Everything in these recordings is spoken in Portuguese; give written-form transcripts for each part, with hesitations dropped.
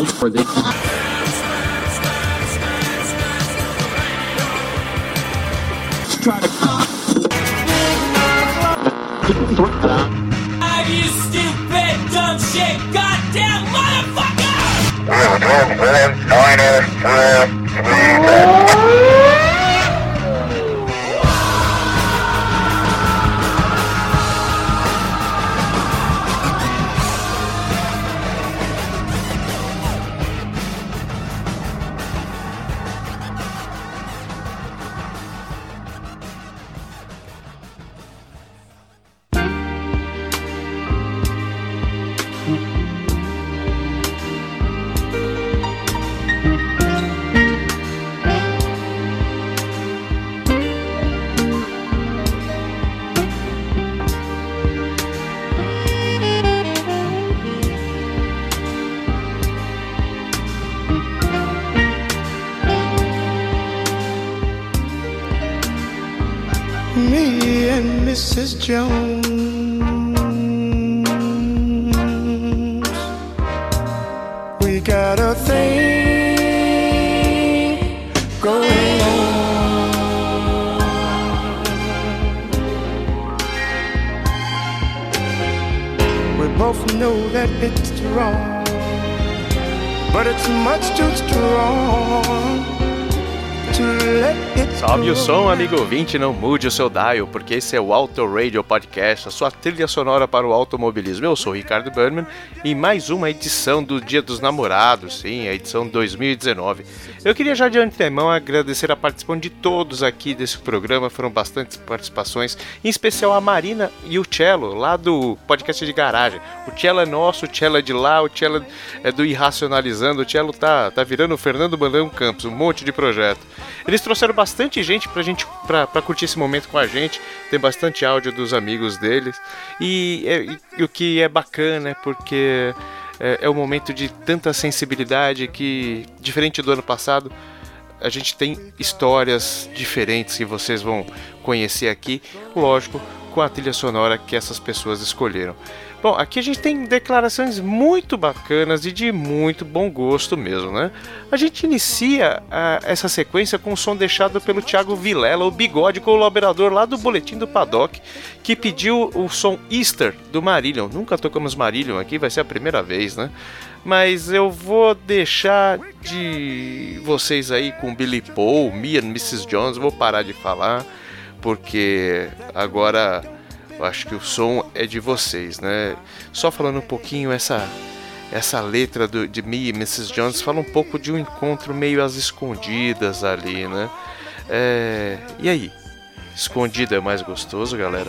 Are you stupid, dumb shit, goddamn motherfucker! Me and Mrs. Jones, we got a thing going on. We both know that it's wrong, but it's much too strong. Sobe o som, amigo ouvinte, não mude o seu dial, porque esse é o Auto Radio Podcast, a sua trilha sonora para o automobilismo. Eu sou o Ricardo Burnman e mais uma edição do Dia dos Namorados, sim, a edição 2019. Eu queria já de antemão agradecer a participação de todos aqui desse programa, foram bastantes participações, em especial a Marina e o Cello, lá do podcast de garagem. O Cello é nosso, o Cello é de lá, o Cello é do Irracionalizando, o Cello tá virando o Fernando Bandão Campos, um monte de projeto. Eles trouxeram bastante gente pra curtir esse momento com a gente. Tem bastante áudio dos amigos deles. E o que é bacana é porque é um momento de tanta sensibilidade que, diferente do ano passado, a gente tem histórias diferentes que vocês vão conhecer aqui, lógico, com a trilha sonora que essas pessoas escolheram. Bom, aqui a gente tem declarações muito bacanas e de muito bom gosto mesmo, né? A gente inicia essa sequência com o som deixado pelo Thiago Vilela, o bigode colaborador lá do Boletim do Paddock, que pediu o som Easter do Marillion. Nunca tocamos Marillion aqui, vai ser a primeira vez, né? Mas eu vou deixar de vocês aí com Billy Paul, Me and Mrs. Jones, vou parar de falar, porque agora eu acho que o som é de vocês, né? Só falando um pouquinho, essa letra de Me e Mrs. Jones fala um pouco de um encontro meio às escondidas ali, né? E aí? Escondido é mais gostoso, galera?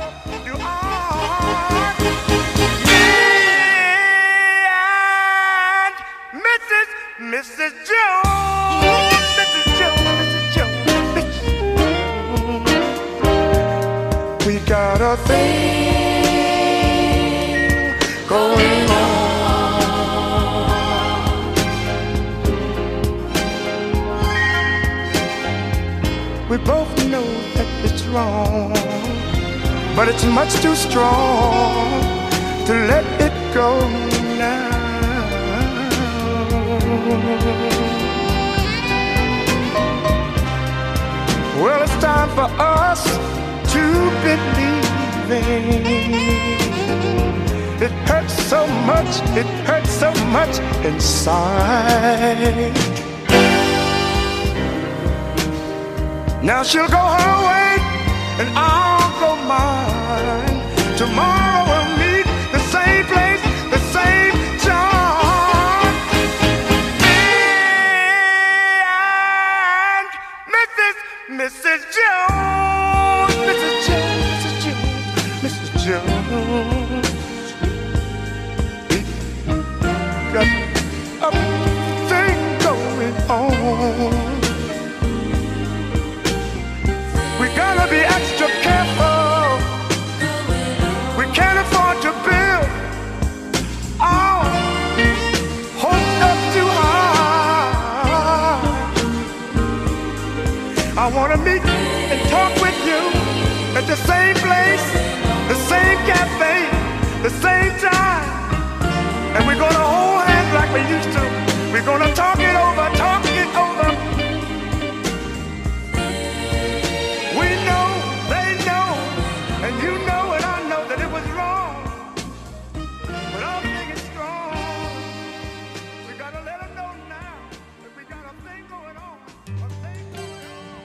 Mrs. Jones, Mrs. Jones, Mrs. Jones, we got a thing going on. We both know that it's wrong, but it's much too strong to let it go now. Well, it's time for us to believe. It hurts so much inside. Now she'll go her way and I'll go mine. Tomorrow we'll meet the same place, the same time. Me and Mrs. Jones, Mrs. Jones, Mrs. Jones, we got a thing going on. We gotta be extra careful. We can't afford to build our hopes up too high. I wanna meet and talk with you at the same place, the same cafe, the same time. And we're gonna hold hands like we used to. We're gonna talk it over, talk it over. We know, they know, and you know and I know that it was wrong. But I'm thinking strong. We gotta let them know now that we got a thing going on. A thing going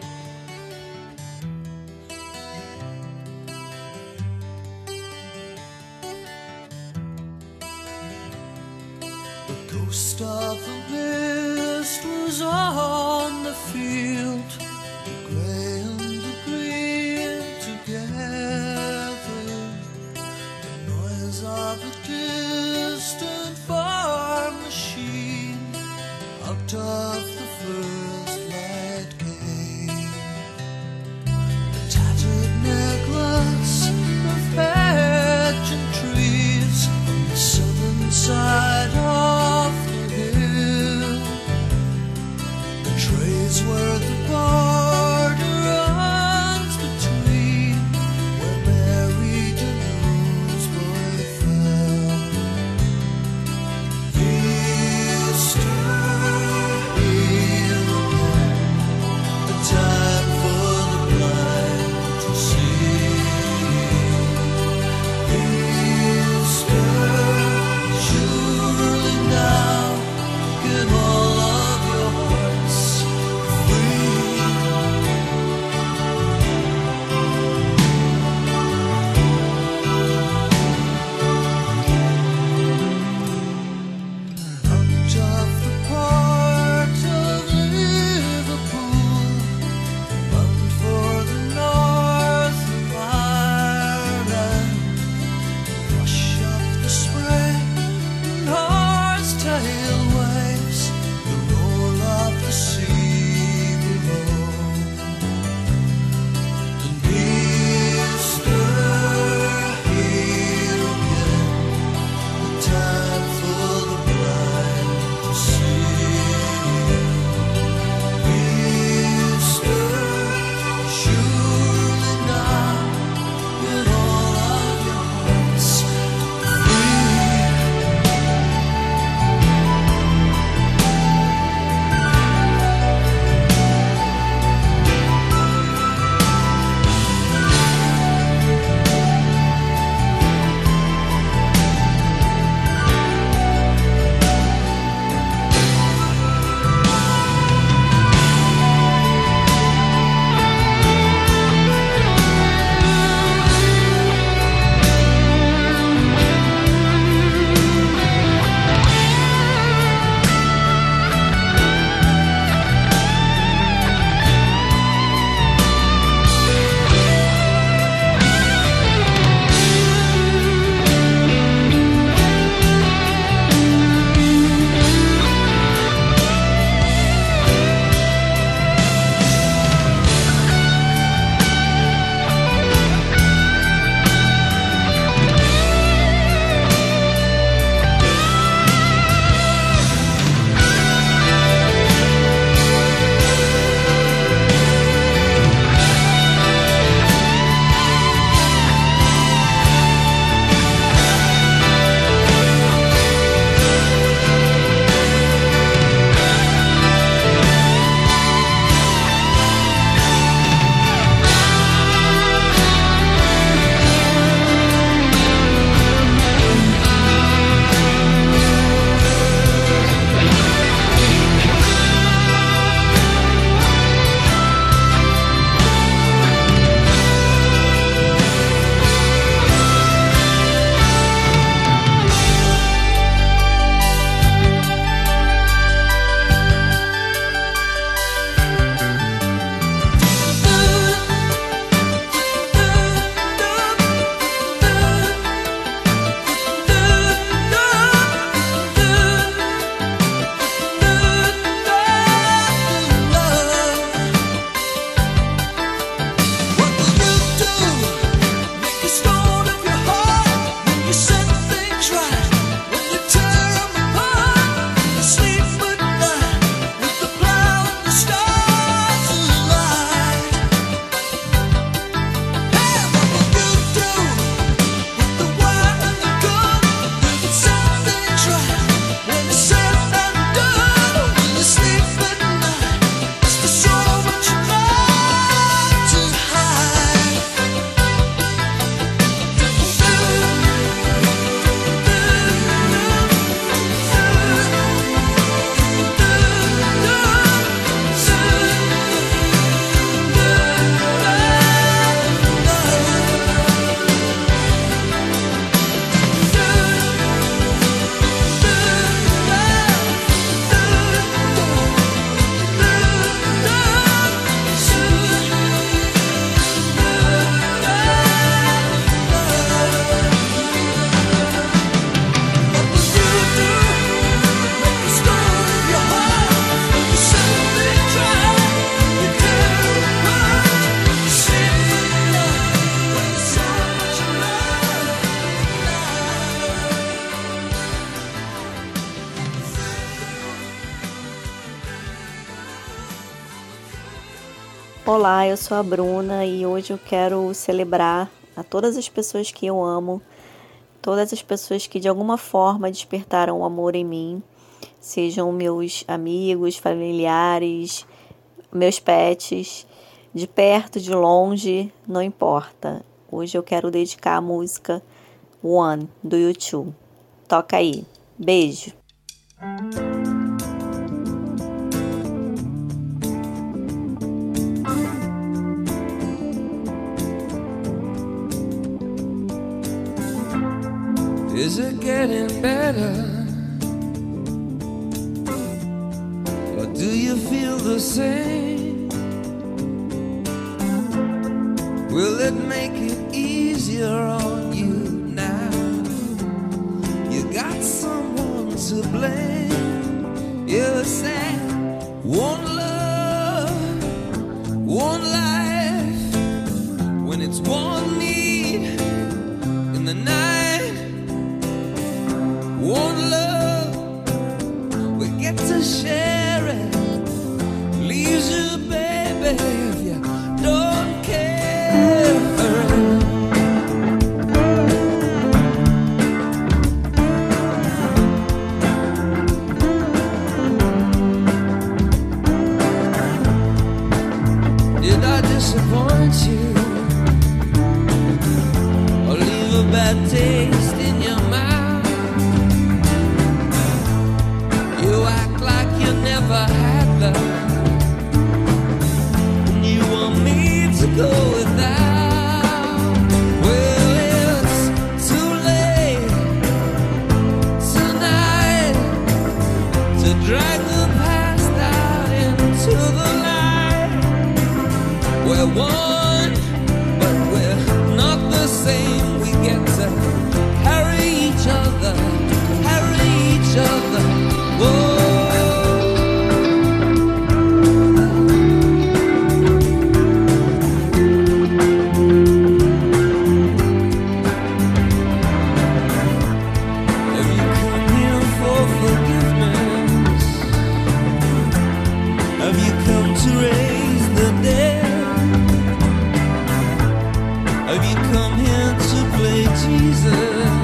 on. The ghost of the west was on the field. Gray and the green together. The noise of a distant farm machine. Out of the first light came the tattered necklace of pageant trees on the southern side of the hill. The trays were the border Olá, eu sou a Bruna e hoje eu quero celebrar a todas as pessoas que eu amo, todas as pessoas que de alguma forma despertaram o amor em mim, sejam meus amigos, familiares, meus pets, de perto, de longe, não importa. Hoje eu quero dedicar a música One, do U2. Toca aí. Beijo. Is it getting better? Or do you feel the same? Will it make it easier on you now? You got someone to blame. You said one love, one life, when it's one need in the night. One love, we get to share it. Leaves you, baby, if you don't care. Did I disappoint you? Or leave a bad taste in your mouth? You act like you never had love, and you want me to go without. Well, it's too late tonight to drag the past out into the night. We're one, but we're not the same. We get to carry each other, carry each other. Whoa. Have you come here for forgiveness? Have you come to raise the dead? Have you come here to play Jesus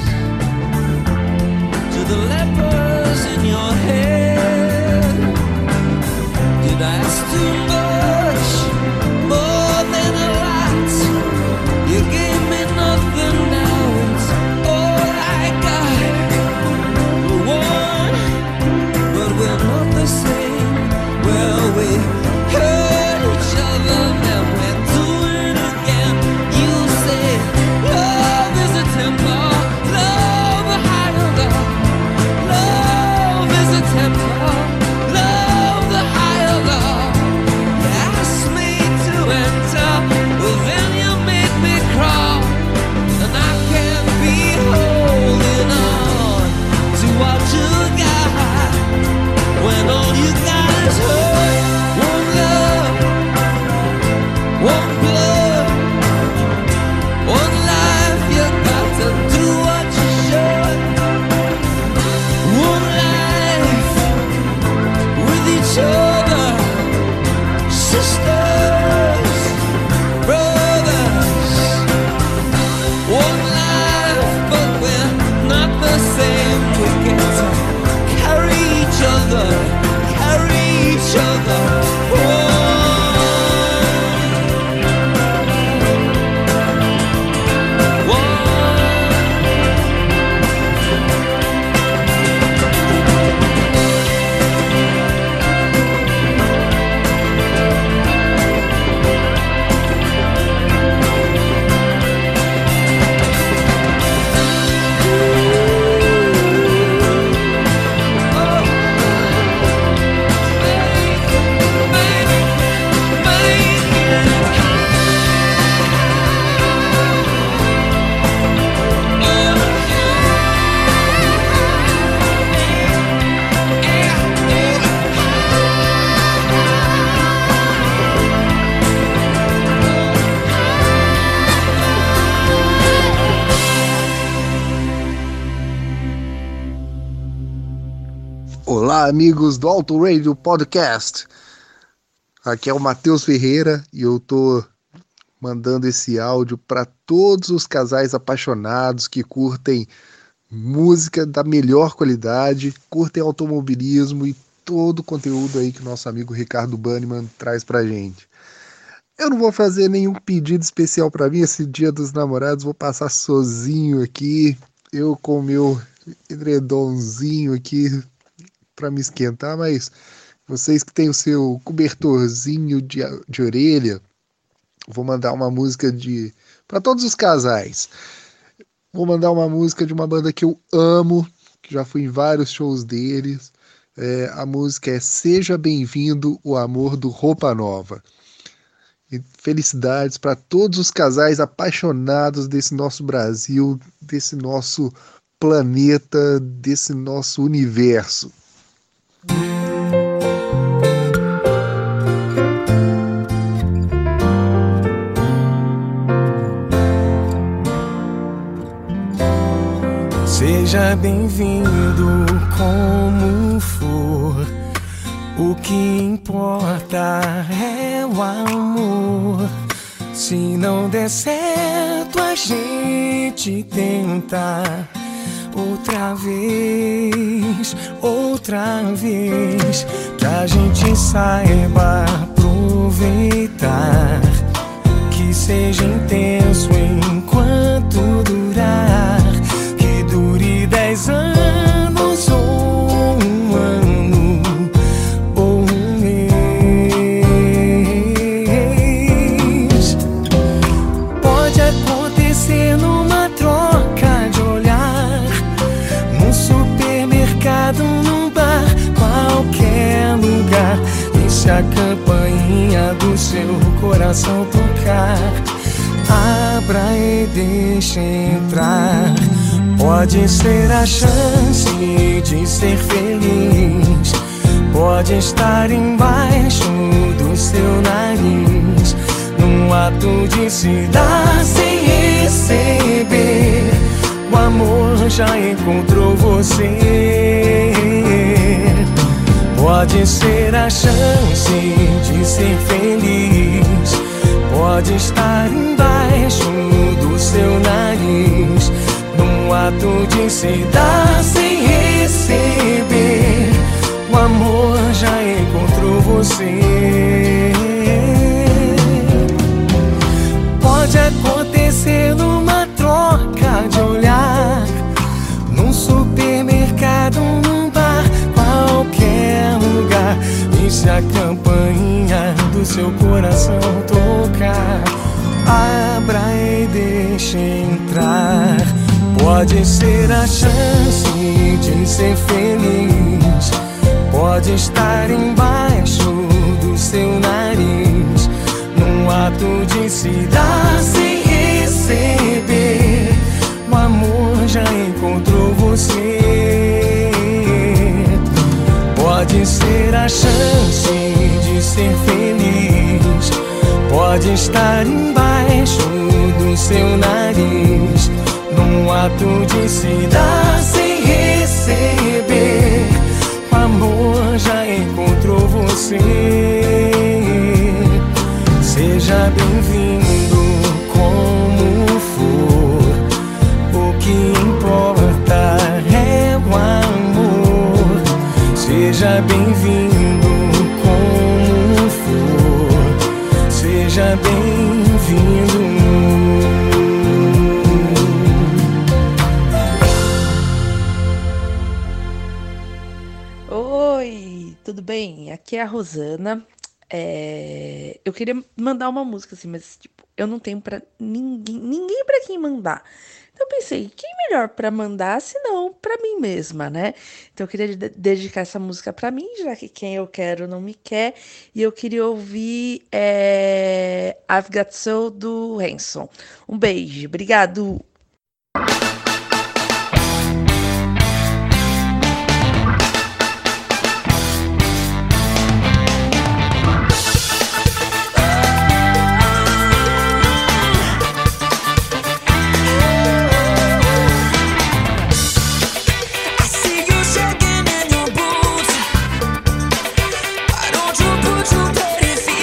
to the lepers in your head? Did I ask too much, more than a lot? You gave me nothing, now it's all I got. We're one, but we're not the same. Well, we hurt each other, now we're doing it again. You say love is a temple, love a higher love. Love is a temple, love the higher love. You asked me to enter, well then you made me crawl, and I can't be holding on to what you got when all you got is hurt. One love, one blood, one life. You got to do what you should. One life with each other, sisters, brothers. One life, but we're not the same. We get to carry each other, carry each other. Olá, amigos do Auto Radio Podcast. Aqui é o Matheus Ferreira e eu tô mandando esse áudio para todos os casais apaixonados que curtem música da melhor qualidade, curtem automobilismo e todo o conteúdo aí que o nosso amigo Ricardo Banniman traz pra gente. Eu não vou fazer nenhum pedido especial para mim esse Dia dos Namorados, vou passar sozinho aqui, eu com o meu edredomzinho aqui para me esquentar, mas vocês que têm o seu cobertorzinho de orelha, vou mandar uma música para todos os casais. Vou mandar uma música de uma banda que eu amo, que já fui em vários shows deles. A música é Seja Bem-vindo, o Amor do Roupa Nova. E felicidades para todos os casais apaixonados desse nosso Brasil, desse nosso planeta, desse nosso universo. Seja bem-vindo como for, o que importa é o amor. Se não der certo a gente tenta outra vez, que a gente saiba aproveitar, que seja intenso enquanto durar. 10 anos ou um ano ou um mês, pode acontecer numa troca de olhar, num supermercado, num bar, qualquer lugar. E se a campainha do seu coração tocar, abra e deixe entrar. Pode ser a chance de ser feliz, pode estar embaixo do seu nariz, num ato de se dar sem receber. O amor já encontrou você. Pode ser a chance de ser feliz, pode estar embaixo do seu nariz, num ato de se dar sem receber. O amor já encontrou você. Pode acontecer numa troca de olhar, num supermercado, num bar, qualquer lugar. E se a campainha do seu coração tocar, abra e deixe entrar. Pode ser a chance de ser feliz, pode estar embaixo do seu nariz, num ato de se dar sem receber. O amor já encontrou você. Pode ser a chance de ser feliz, pode estar embaixo do seu nariz, num ato de se dar sem receber. O amor já encontrou você. Seja bem-vindo como for, o que importa é o amor. Seja bem-vindo como for, seja bem-vindo. Oi, tudo bem? Aqui é a Rosana. Eu queria mandar uma música assim, mas tipo, eu não tenho pra ninguém pra quem mandar. Então eu pensei, quem melhor pra mandar se não pra mim mesma, né? Então eu queria dedicar essa música pra mim, já que quem eu quero não me quer. E eu queria ouvir I've Got Soul do Hanson. Um beijo, obrigado! Put your pretty feet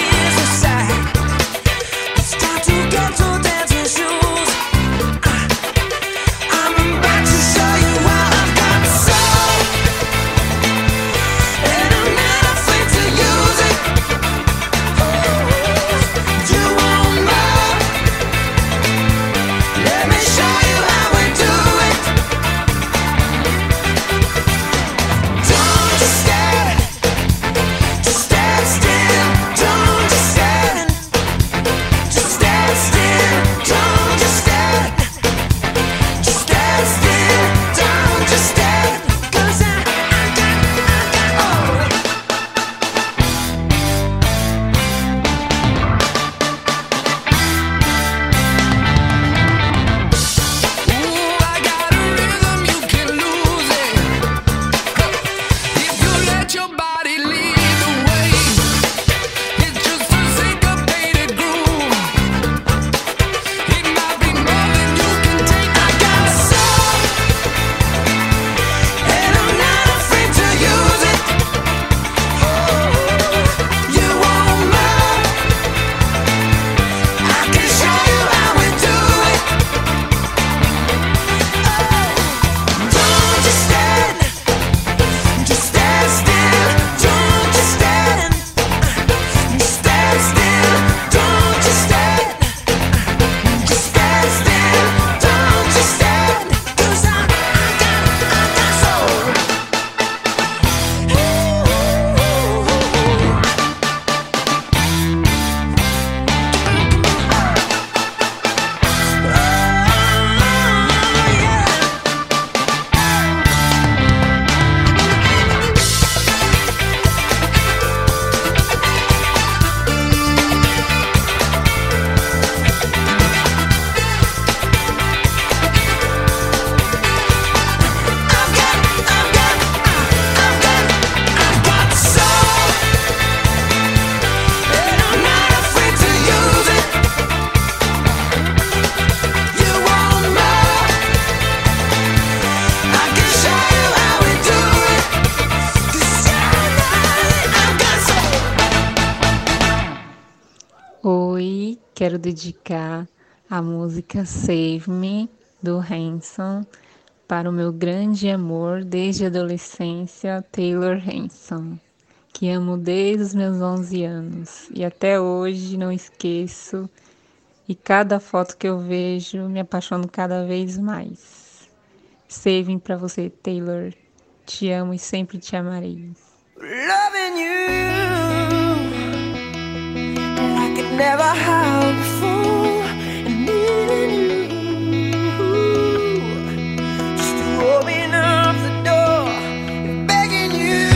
quero dedicar a música Save Me, do Hanson, para o meu grande amor desde a adolescência, Taylor Hanson, que amo desde os meus 11 anos e até hoje não esqueço, e cada foto que eu vejo me apaixono cada vez mais. Save Me para você, Taylor. Te amo e sempre te amarei. Loving you like I never have before, and needing you just to open up the door, and begging you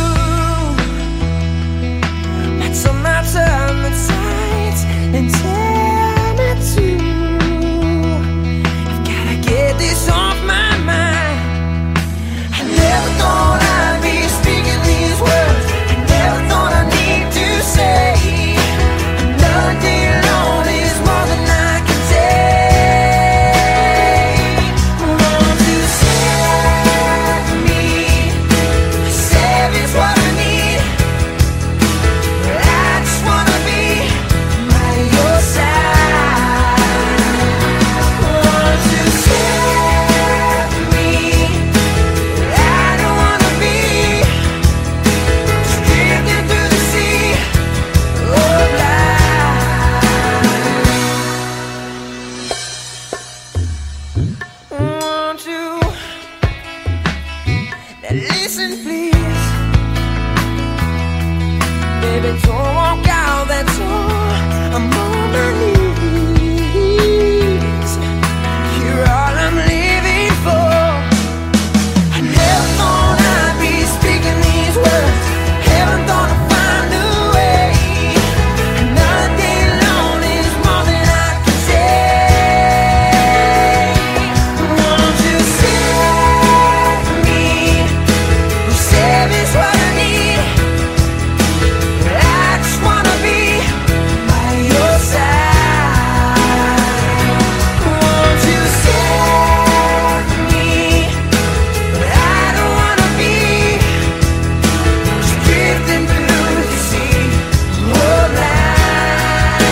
not so much on the sides and tell me to. I've gotta get this off my mind. I never thought I'd be speaking these words. I never thought I'd need to say another day alone is more than I can take. Want to save me, save is what I need. I just wanna be by your side. Want to save me, I don't wanna be just drifting through the sea of life. Want you, now listen please, baby, don't walk out that door. I'm on my knees. You're all I'm living for. I never thought I'd be speaking these words. Haven't thought I'd find a way. Another day alone is more than I can take. Want to save me, save is what I need. I just wanna be by your side. Want to save me, I don't wanna be just drifting through the sea of life.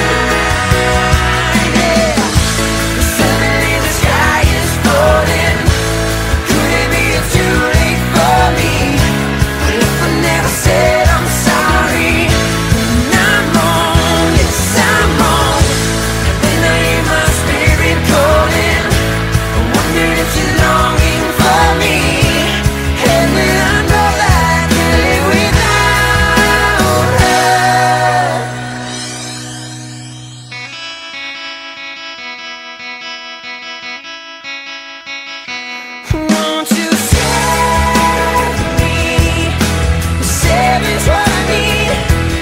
Yeah. Suddenly the sky is falling. Could it be it's too late for me? What if I never said I'm sorry? And I'm wrong, yes I'm wrong. Then I hear my spirit calling. I wonder if you're longing for me. And then I know that I can't live without her. Want you save me, save is what I need.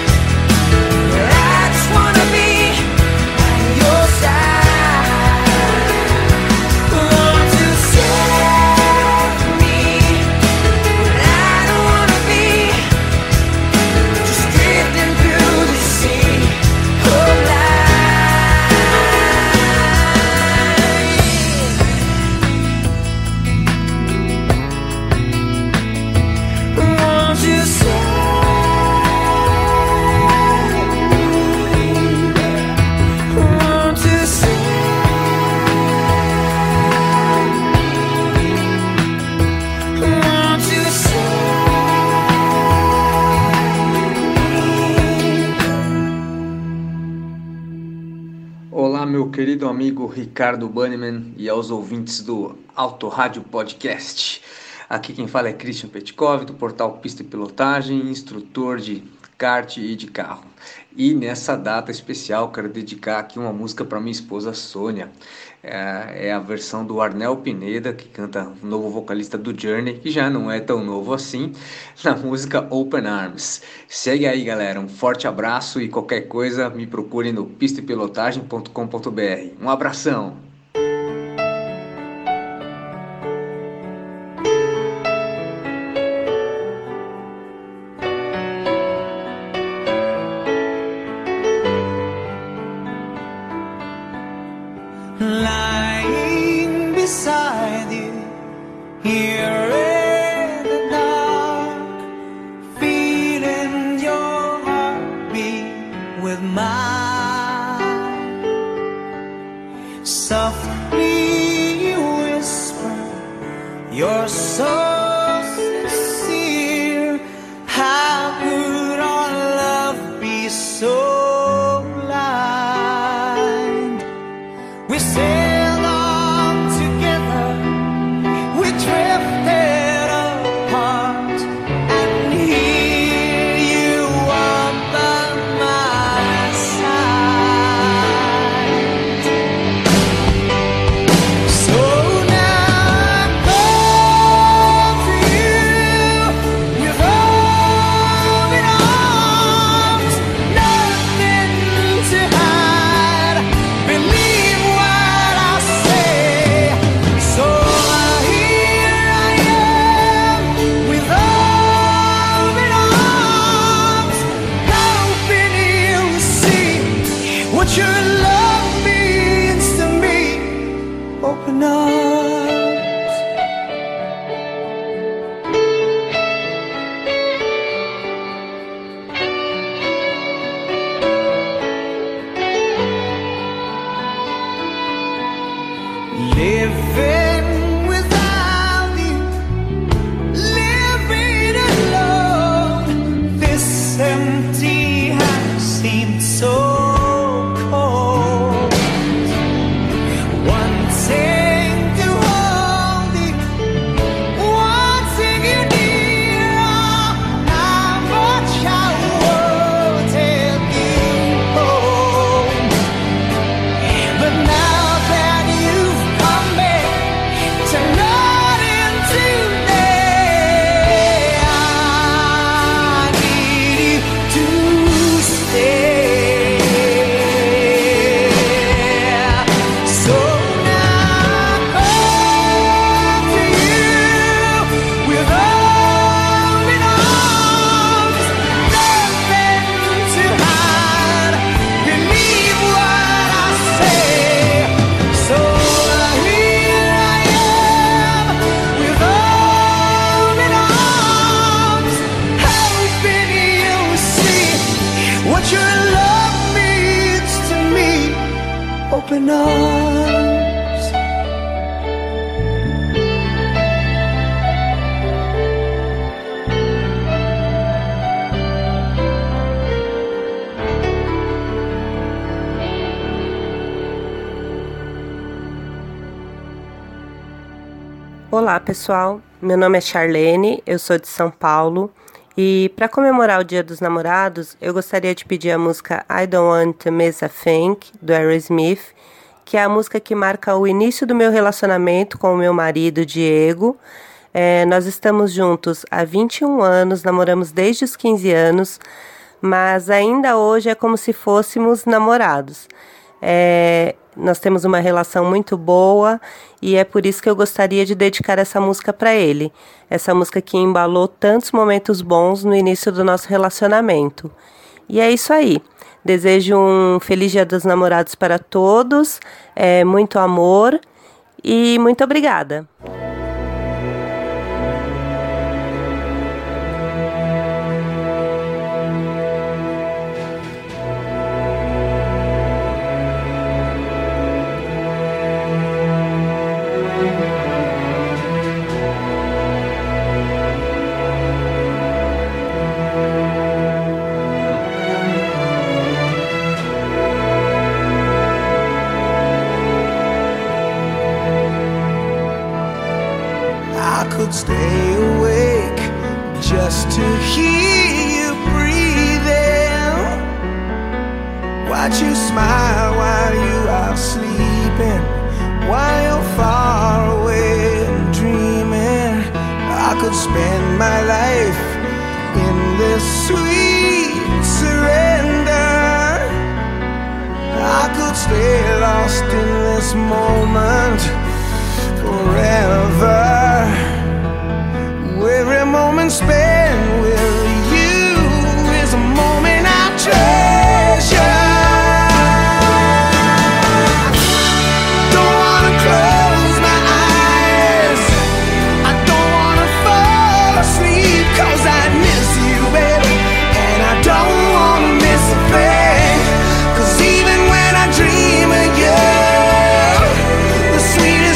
I just wanna be by your side. Want to save me, I don't wanna be just drifting through the sea of life. Want to save me, want to save me, want to save me. Olá, meu querido amigo Ricardo Banniman e aos ouvintes do Auto Rádio Podcast. Aqui quem fala é Christian Petkov, do portal Pista e Pilotagem, instrutor de kart e de carro. E nessa data especial quero dedicar aqui uma música para minha esposa Sônia. É a versão do Arnel Pineda, que canta o novo vocalista do Journey, que já não é tão novo assim, na música Open Arms. Segue aí, galera, um forte abraço e qualquer coisa me procure no pistapilotagem.com.br. Um abração! Lying beside you here in the dark, feeling your heartbeat with mine. You're so sincere. How could our love be so blind? We sailed on together, we drifted apart, and here you are by my side. So now I come to you with open arms, nothing to hide. Believe what I say. So here I am with open arms, hoping you'll see what your love means to me. Open arms. Living without you, living alone. This empty house seemed so cold. Wanting to hold you, wanting you near. How much I wanted you home. But now that you've come back to not into me, I need you to stay. So now I come to you with open arms, nothing to hide. Believe what I say. So here I am with open arms, hoping you'll see what your love means to me. Open arms. Olá, pessoal. Meu nome é Charlene, eu sou de São Paulo. E para comemorar o Dia dos Namorados, eu gostaria de pedir a música I Don't Want to Miss a Thing, do Aerosmith, que é a música que marca o início do meu relacionamento com o meu marido, Diego. Nós estamos juntos há 21 anos, namoramos desde os 15 anos, mas ainda hoje é como se fôssemos namorados. Nós temos uma relação muito boa e é por isso que eu gostaria de dedicar essa música para ele. Essa música que embalou tantos momentos bons no início do nosso relacionamento. E é isso aí. Desejo um feliz Dia dos Namorados para todos, muito amor e muito obrigada. Could stay awake just to hear you breathing. Watch you smile while you are sleeping, while you're far away and dreaming. I could spend my life in this sweet surrender. I could stay lost in this moment forever. Every moment spent with you is a moment I treasure. Don't wanna close my eyes, I don't wanna fall asleep, 'cause I miss you, baby, and I don't wanna miss a thing. 'Cause even when I dream of you, the sweetest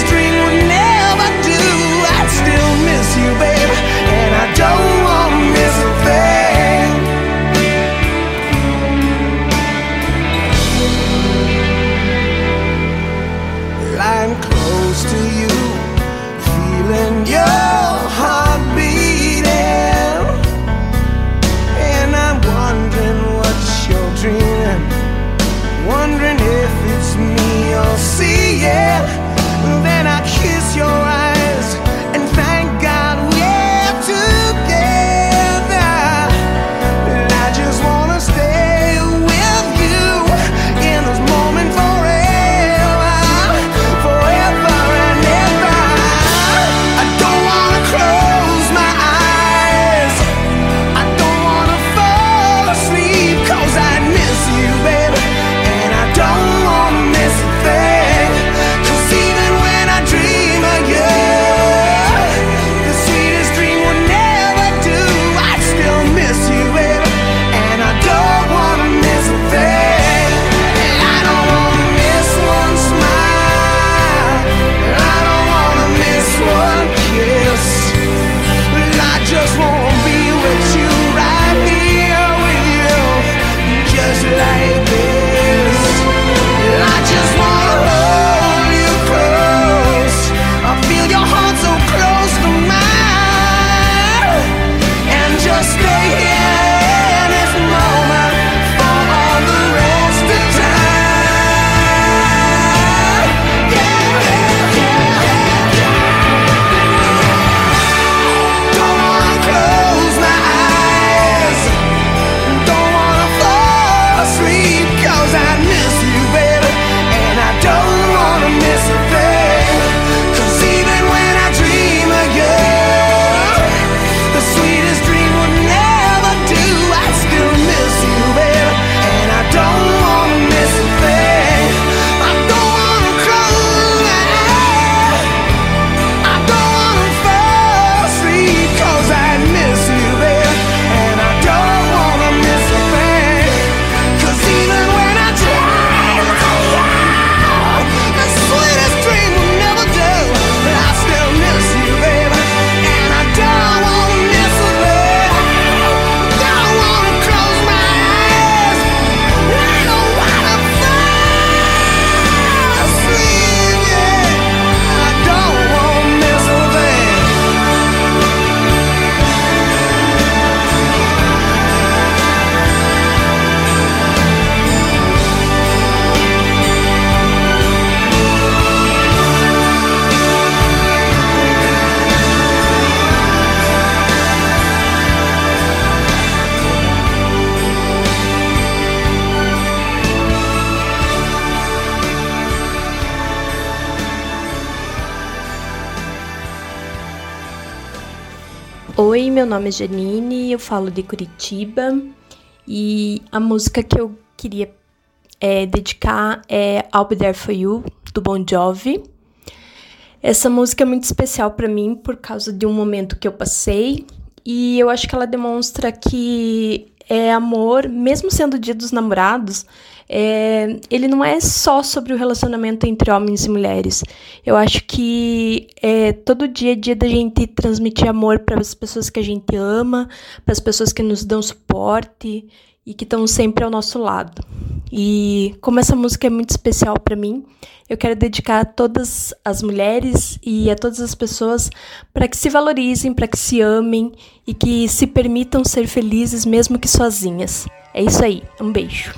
Oi, meu nome é Janine, eu falo de Curitiba e a música que eu queria dedicar é I'll Be There For You, do Bon Jovi. Essa música é muito especial para mim por causa de um momento que eu passei e eu acho que ela demonstra que amor, mesmo sendo o Dia dos Namorados, ele não é só sobre o relacionamento entre homens e mulheres. Eu acho que todo dia é dia da gente transmitir amor para as pessoas que a gente ama, para as pessoas que nos dão suporte e que estão sempre ao nosso lado. E como essa música é muito especial para mim, eu quero dedicar a todas as mulheres e a todas as pessoas para que se valorizem, para que se amem e que se permitam ser felizes mesmo que sozinhas. É isso aí, um beijo.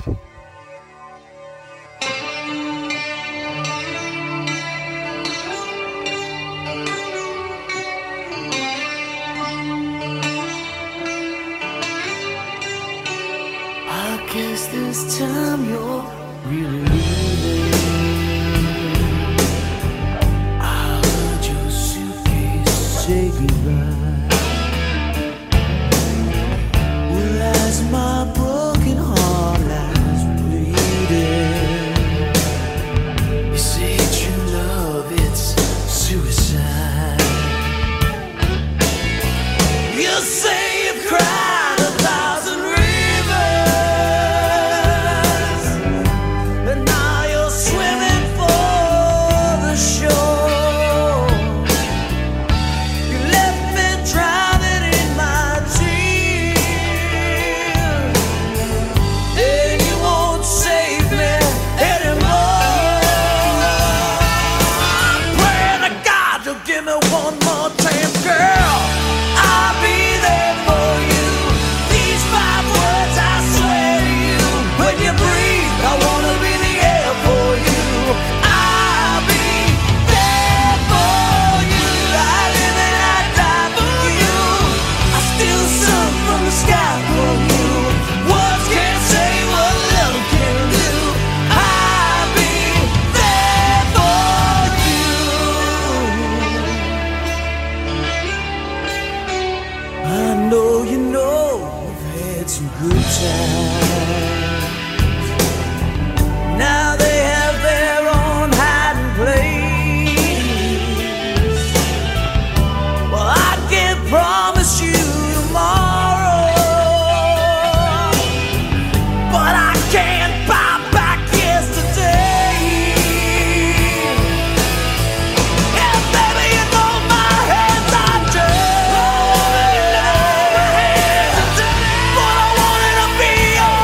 I guess this time you're really leaving. I heard your suitcase say goodbye. Well, as my broken heart lies bleeding, you say true love, it's suicide. You say you've cried 1,000 rivers. Now they have their own hiding place. Well, I can't promise you tomorrow, but I can't buy back yesterday. And baby, you know my hands are dirty, but I wanted to be yours.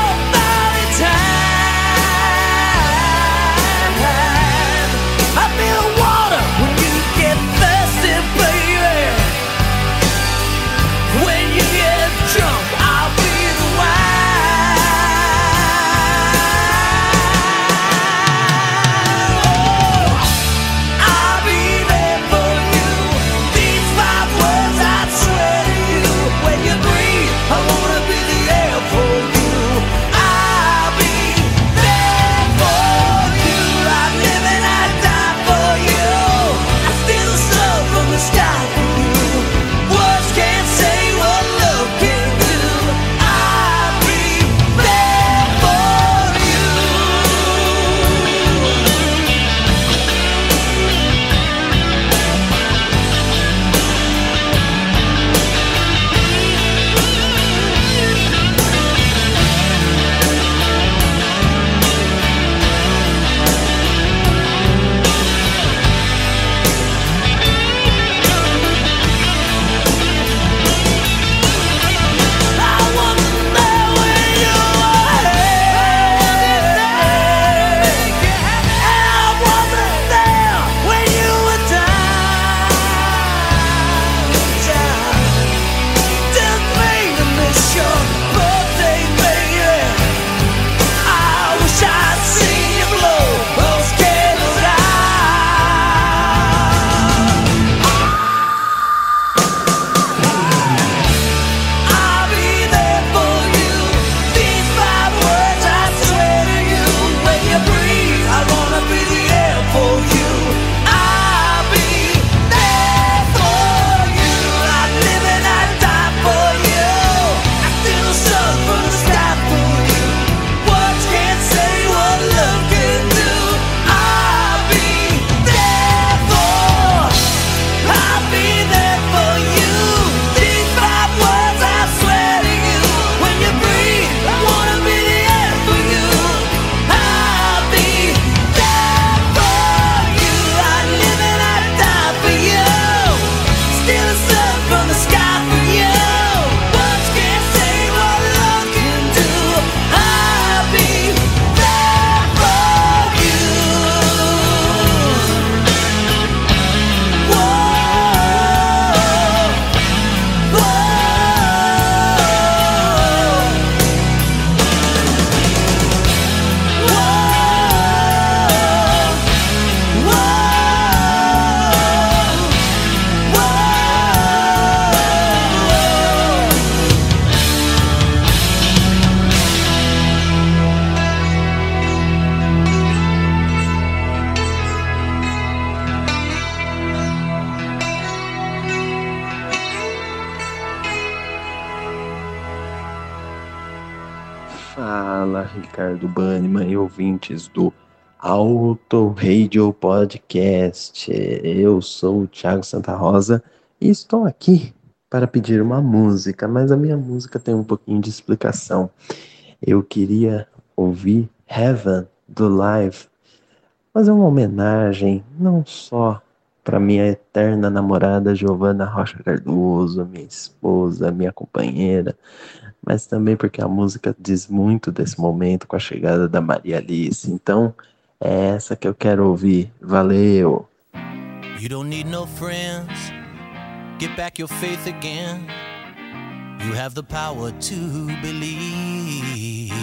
Fala, Ricardo Banniman e ouvintes do Auto Radio Podcast. Eu sou o Thiago Santa Rosa e estou aqui para pedir uma música, mas a minha música tem um pouquinho de explicação. Eu queria ouvir Heaven do Live, fazer uma homenagem não só para minha eterna namorada Giovana Rocha Cardoso, minha esposa, minha companheira, mas também porque a música diz muito desse momento com a chegada da Maria Alice. Então, é essa que eu quero ouvir. Valeu! You don't need no friends. Get back your faith again. You have the power to believe.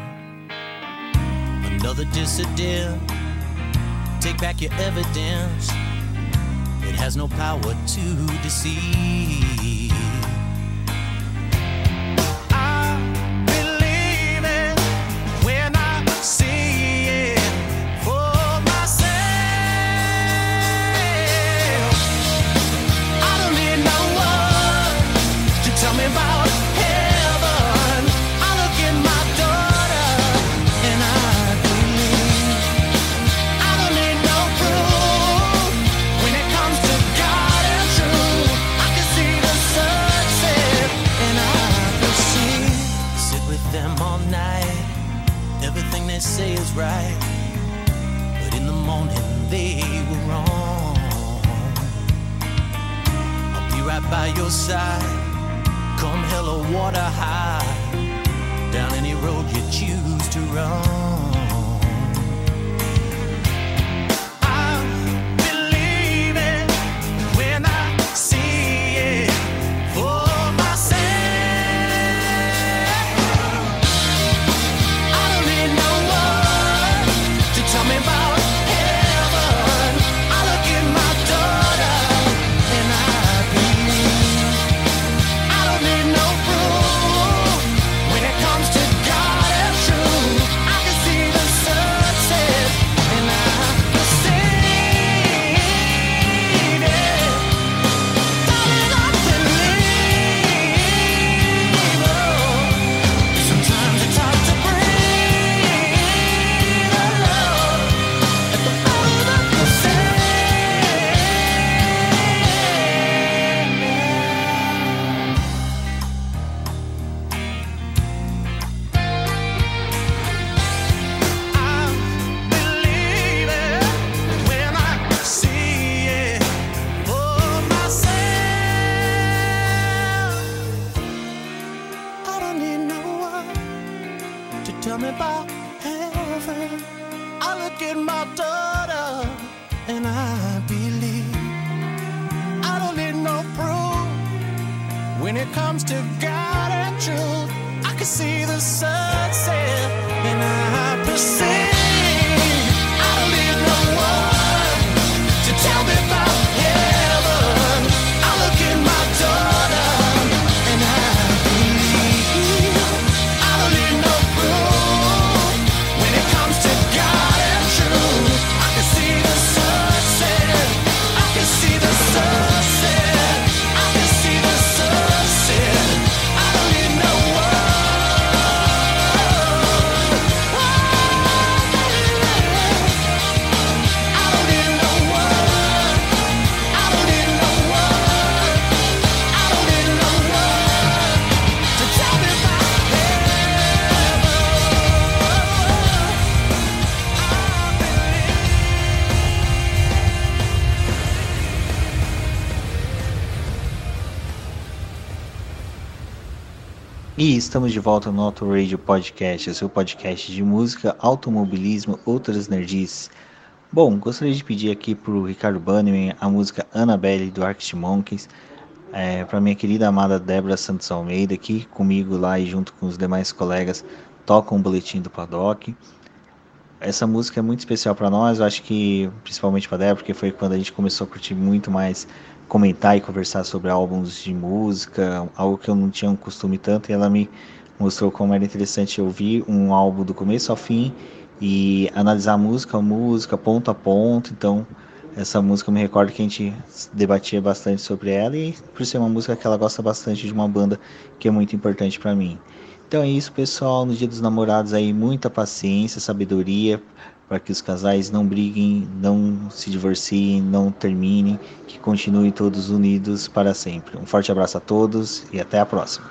Another dissident. Take back your evidence. It has no power to deceive. See it for myself. I don't need no one to tell me about heaven. I look at my daughter and I believe. I don't need no proof when it comes to God and truth. I can see the sunset and I can see. Sit with them all night. Everything they say is right, but in the morning they were wrong. I'll be right by your side, come hell or water high, down any road you choose to run. I believe it when I see it for myself. Tell me about heaven. I look at my daughter and I believe. I don't need no proof when it comes to God and truth. I can see the sunset and I can see it. Darling, I believe. Oh, sometimes it's hard to breathe. Tell me about heaven. I look at my daughter and I believe. I don't need no proof when it comes to God and truth. I can see the sunset and I perceive. I don't need no one to tell me about heaven. I look at my daughter and I believe. I don't need no proof when it comes to God and truth. I can see the sunset. I can see the sunset. I can see the sunset. I don't need no E estamos de volta no Auto Radio Podcast, o seu podcast de música, automobilismo, outras nerdices. Bom, gostaria de pedir aqui para o Ricardo Banniman a música Annabelle do Arctic Monkeys, para minha querida amada Débora Santos Almeida, que comigo lá e junto com os demais colegas tocam o boletim do Paddock. Essa música é muito especial para nós, eu acho que principalmente para Débora, porque foi quando a gente começou a curtir muito mais comentar e conversar sobre álbuns de música, algo que eu não tinha um costume tanto, e ela me mostrou como era interessante ouvir um álbum do começo ao fim e analisar música ponto a ponto. Então essa música eu me recordo que a gente debatia bastante sobre ela, e por ser uma música que ela gosta bastante de uma banda que é muito importante para mim. Então é isso, pessoal. No Dia dos Namorados aí, muita paciência, sabedoria, para que os casais não briguem, não se divorciem, não terminem, que continuem todos unidos para sempre. Um forte abraço a todos e até a próxima.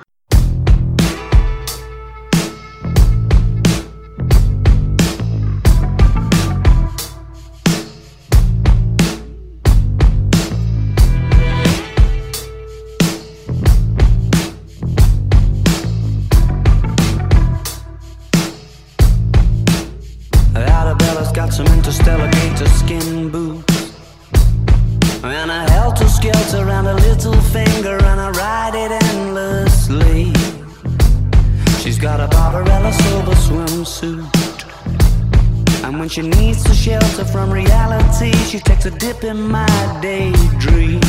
Arabella's got some interstellar gator skin boots and a helter-skelter around her little finger, and I ride it endlessly. She's got a Barbarella silver swimsuit, and when she needs to shelter from reality, she takes a dip in my daydreams.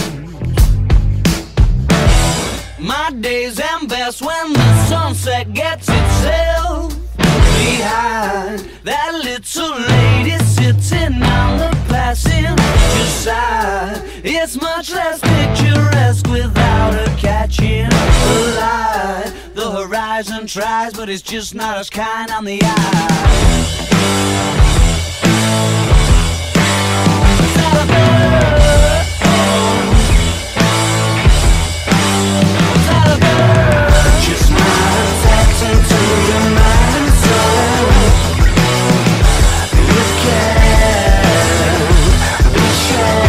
My days end best when the sunset gets itself behind that little lady sitting on the passenger side. It's much less picturesque without her catching the light. The horizon tries, but it's just not as kind on the eye. Is that a bird? Is that a bird? Just not attaching to your mind and soul. You can be sure.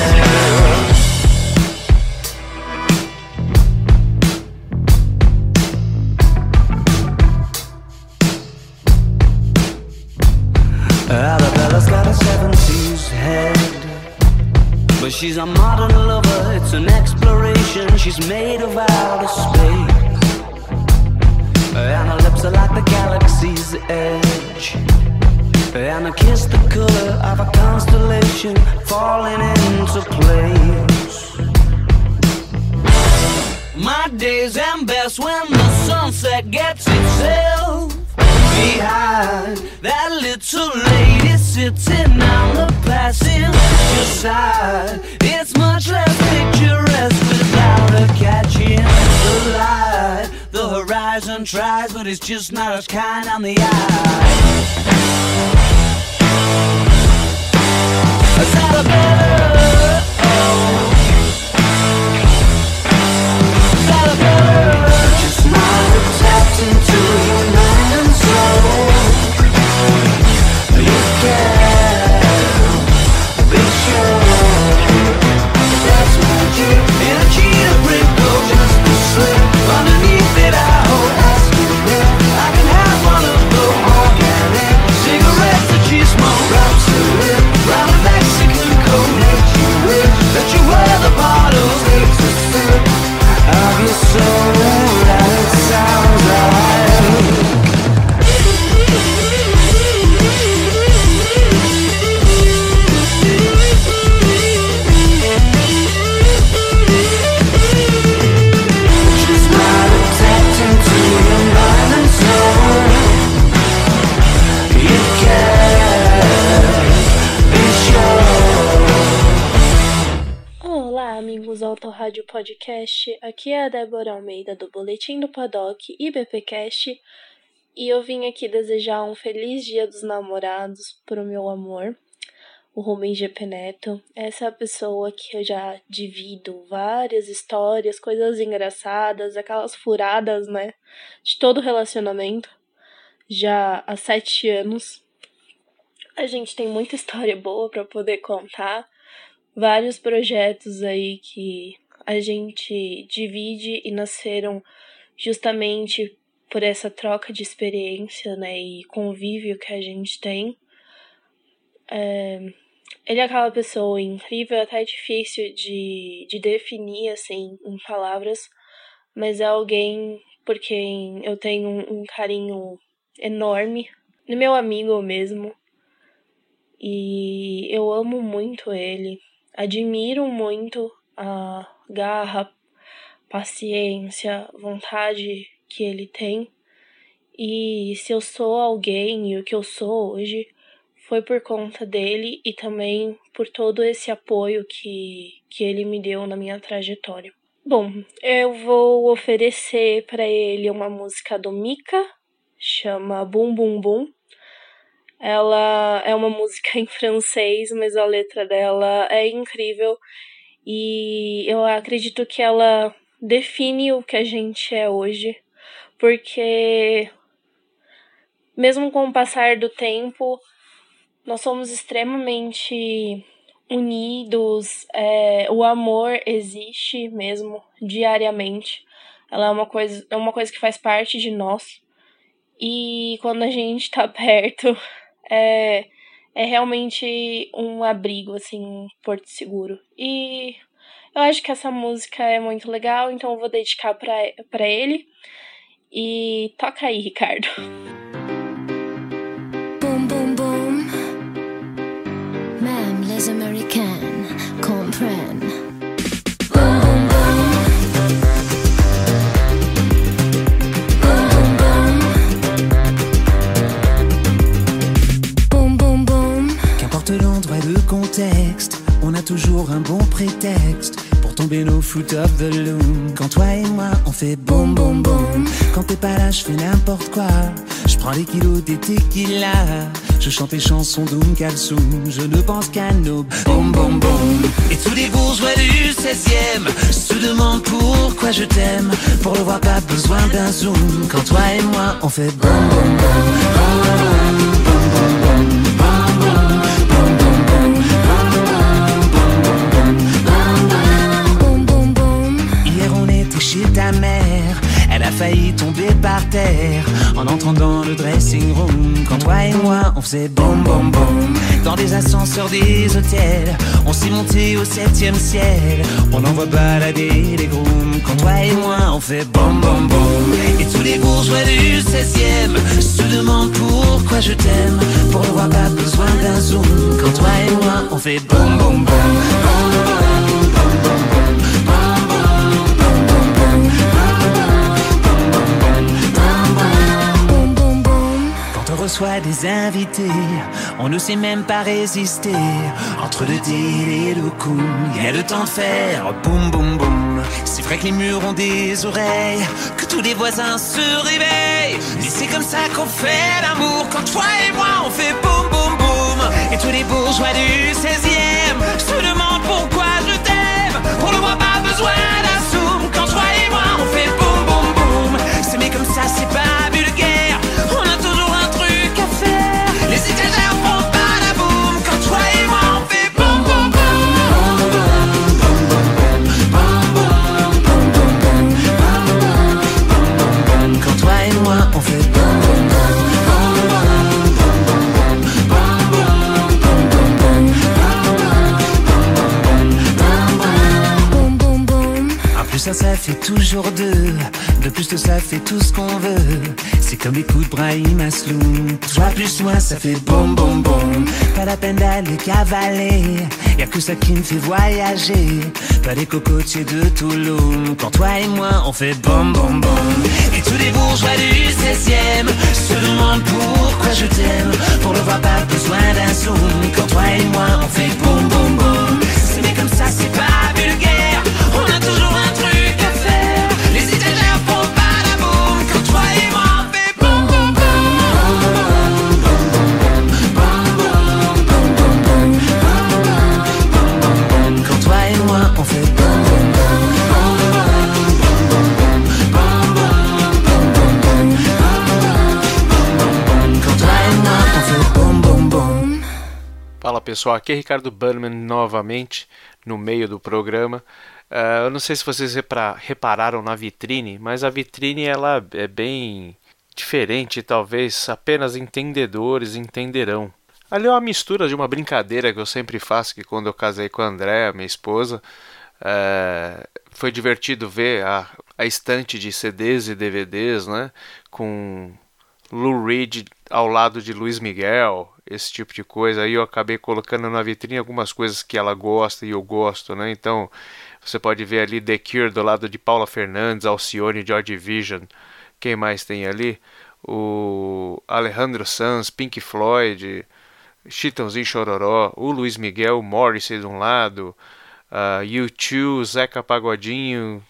Arabella's got a 70s head, but she's a modern lover, it's an exploration. She's made of outer space, and her lips are like the galaxy's edge, and her kiss the color of a constellation falling into place. My days end best when the sunset gets itself behind that little lady sitting on the passenger side. It's much less picturesque without her catching the light. The horizon tries, but it's just not as kind on the eye. Is that a bird? Is that a bird? Just not tapped into your mind and soul. You can be sure that's magic in a cheetah print coat, just a slip underneath it. I hope that's good. I can have one of those organic cigarettes that you smoke right to it. Round a Mexican coat, makes you wish that you were the bottles. Takes a sip of your soul, that it sounds right. Just not attaching to your mind and soul. You can be sure. Olá, amigos do Auto Rádio Podcast. Aqui é a Débora Almeida do Boletim do Paddock e BPcast, e eu vim aqui desejar um feliz Dia dos Namorados pro meu amor, o Rubens GP Neto. Essa é a pessoa que eu já divido várias histórias, coisas engraçadas, aquelas furadas, né, de todo relacionamento, já há 7 anos. A gente tem muita história boa pra poder contar, vários projetos aí que a gente divide e nasceram justamente por essa troca de experiência, né, e convívio que a gente tem. Ele é aquela pessoa incrível, até difícil de definir, assim, em palavras, mas é alguém por quem eu tenho um carinho enorme, meu amigo mesmo, e eu amo muito ele, admiro muito a garra, paciência, vontade que ele tem, e se eu sou alguém e o que eu sou hoje foi por conta dele e também por todo esse apoio que ele me deu na minha trajetória. Bom, eu vou oferecer para ele uma música do Mika, chama Bum Bum Bum. Ela é uma música em francês, mas a letra dela é incrível e eu acredito que ela define o que a gente é hoje, porque mesmo com o passar do tempo, nós somos extremamente unidos, o amor existe mesmo diariamente. Ela é uma coisa que faz parte de nós. E quando a gente tá perto, é realmente um abrigo, assim, um porto seguro. E eu acho que essa música é muito legal, então eu vou dedicar pra ele. E toca aí, Ricardo. Boum, boum, boum. Même les Américains comprennent. Boum, boum, boum. Boum, boum, boum. Qu'importe l'endroit et le contexte, on a toujours un bon prétexte pour tomber nos foot of the loom. Quand toi et moi on fait boum boum boum. Quand t'es pas là je fais n'importe quoi. Je prends des kilos des tequila. Je chante les chansons d'Oum Kalsoum. Je ne pense qu'à nos boum boum boum. Et tous les bourgeois du 16e se demandent pourquoi je t'aime. Pour le voir pas besoin d'un zoom. Quand toi et moi on fait boum boum boum. Chez ta mère, elle a failli tomber par terre en entrant dans le dressing room. Quand toi et moi on faisait boum boum boum. Dans des ascenseurs des hôtels, on s'est monté au 7e ciel. On envoie balader les grooms. Quand toi et moi on fait boum boum boum. Et tous les bourgeois du 16e se demandent pourquoi je t'aime. Pour le voir pas besoin d'un zoom. Quand toi et moi on fait boum boum boum. Reçoit des invités, on ne sait même pas résister. Entre le deal et le coup, il y a le temps de faire boum boum boum. C'est vrai que les murs ont des oreilles, que tous les voisins se réveillent. Mais c'est comme ça qu'on fait l'amour. Quand toi et moi on fait boum boum boum. Et tous les bourgeois du 16e se demandent pourquoi je t'aime. On ne voit pas besoin d'un zoom. Quand toi et moi on fait boum boum boum. C'est mais comme ça c'est pas vulgaire. On a toujours un truc à faire. Les étagères font pas la boum. Quand toi et moi on fait boum boum boum. Quand toi et moi on fait boum boum ça fait toujours deux. De plus que ça fait tout ce qu'on veut. C'est comme les coups de Brahim Asloum. Toi plus moi ça fait boum boum boum. Pas la peine d'aller cavaler. Y'a que ça qui me fait voyager. Pas les cocotiers de Toulouse. Quand toi et moi on fait boum boum boum. Et tous les bourgeois du 16e se demandent pourquoi je t'aime. Pour le voir pas besoin d'un zoom. Quand toi et moi on fait boum boum boum. C'est mais comme ça c'est pas vulgaire. On a toujours un truc à faire. Les étagères font pas la boum. Quand toi et moi on fait boum boum boum. Quand toi et moi on fait boum boum Quand toi et moi on fait boum boum boum. Fala pessoal, aqui é Ricardo Bannerman novamente no meio do programa. Eu não sei se vocês repararam na vitrine, mas a vitrine ela é bem diferente, talvez apenas entendedores entenderão. Ali é uma mistura de uma brincadeira que eu sempre faço, que quando eu casei com a Andréa, minha esposa, foi divertido ver a estante de CDs e DVDs, né, com Lou Reed ao lado de Luiz Miguel, esse tipo de coisa. Aí eu acabei colocando na vitrine algumas coisas que ela gosta e eu gosto, né? Então você pode ver ali The Cure do lado de Paula Fernandes, Alcione, Joy Division. Quem mais tem ali? O Alejandro Sanz, Pink Floyd, Chitãozinho Chororó, o Luiz Miguel, Morrissey de um lado, U2, Zeca Pagodinho,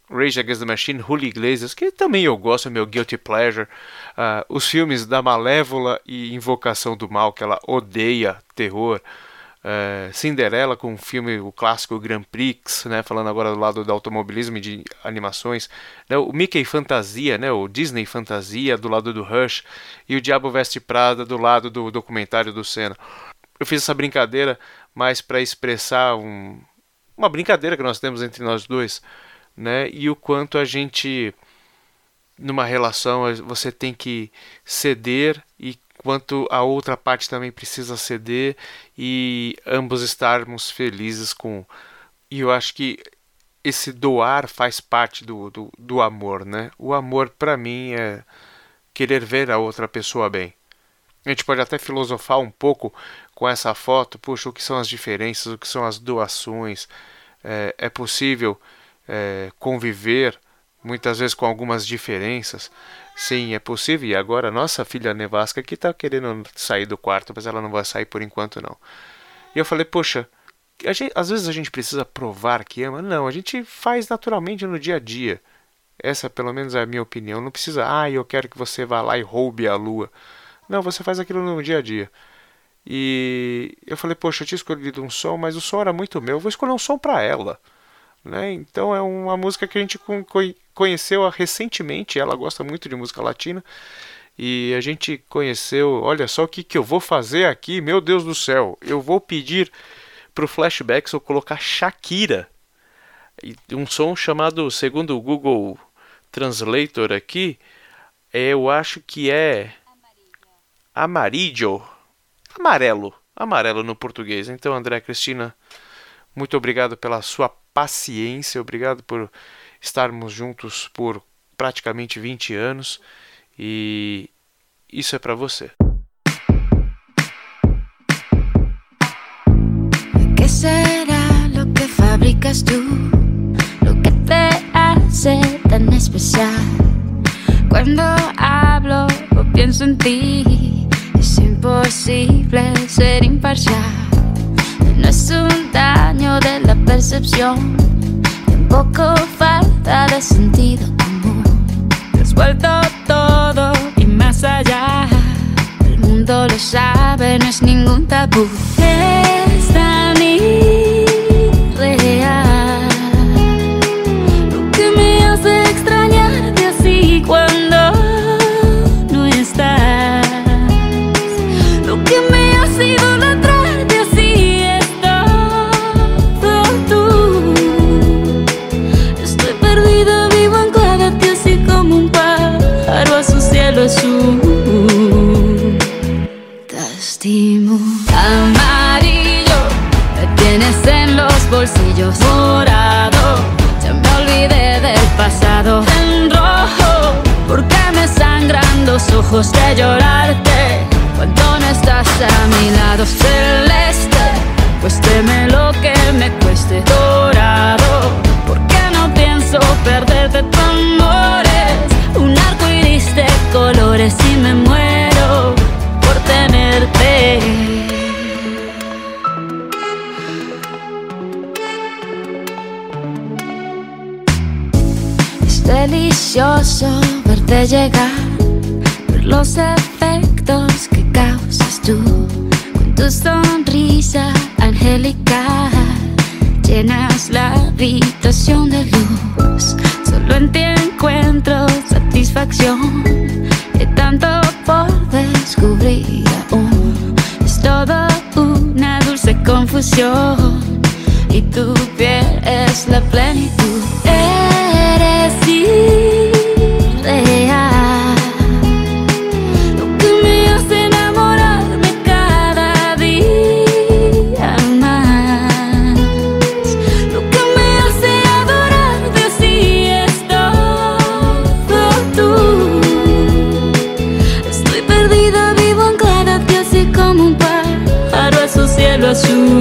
Rage Against the Machine, Julio Iglesias, que também eu gosto, é meu guilty pleasure. Os filmes da Malévola e Invocação do Mal, que ela odeia terror. Cinderela, com o clássico Grand Prix, né, falando agora do lado do automobilismo e de animações, né, o Mickey Fantasia, né, o Disney Fantasia do lado do Rush, e o Diabo Veste Prada do lado do documentário do Senna. Eu fiz essa brincadeira mais para expressar uma brincadeira que nós temos entre nós dois, né, e o quanto a gente, numa relação, você tem que ceder e quanto a outra parte também precisa ceder e ambos estarmos felizes com... E eu acho que esse doar faz parte do amor, né? O amor, para mim, é querer ver a outra pessoa bem. A gente pode até filosofar um pouco com essa foto. Puxa, o que são as diferenças, o que são as doações? É possível conviver muitas vezes com algumas diferenças? Sim, é possível. E agora nossa filha Nevasca que está querendo sair do quarto, mas ela não vai sair por enquanto não. E eu falei, poxa, às vezes a gente precisa provar que ama. Não, a gente faz naturalmente no dia a dia. Essa pelo menos é a minha opinião. Não precisa, eu quero que você vá lá e roube a lua. Não, você faz aquilo no dia a dia. E eu falei, poxa, eu tinha escolhido um som, mas o som era muito meu. Eu vou escolher um som para ela, né? Então é uma música que a gente conheceu recentemente. Ela gosta muito de música latina e a gente conheceu. Olha só o que eu vou fazer aqui, meu Deus do céu. Eu vou pedir pro Flashbacks eu colocar Shakira, um som chamado, segundo o Google Translator aqui, eu acho que é Amarillo, amarelo no português. Então, André, Cristina, muito obrigado pela sua paciência, obrigado por estarmos juntos por praticamente 20 anos e isso é para você. ¿Qué será lo que fabricas tú? Lo que te hace tan especial. Cuando hablo o pienso en ti, es imposible ser imparcial. No es un daño de la percepción, tampoco falta de sentido común. Te has vuelto todo y más allá. El mundo lo sabe, no es ningún tabú. Es tan irreal lo que me hace extrañarte así cuando no estás. Lo que me hace idolatrarte así es todo tú. Estoy perdida, vivo anclada a ti así como un pájaro a su cielo azul. Te estimo. Amarillo, me tienes en los bolsillos. Morado, ya me olvidé del pasado. En rojo, porque me sangran los ojos de llorarte cuando no estás a mi lado. Celeste, cuésteme lo que me cueste. Dorado, porque no pienso perderte. Tu amor es un arco iris de colores y me muero por tenerte. Es delicioso verte llegar, ver los efectos que causas tú con tu sonrisa angelical. Llenas la habitación de luz, solo en ti encuentro satisfacción. Hay tanto por descubrir aún, es todo una dulce confusión y tu piel es la plenitud. Eres irreal, lo que me hace enamorarme cada día más. Lo que me hace adorarte así es todo tú. Estoy perdida, vivo anclada a ti así como un pájaro a su cielo azul.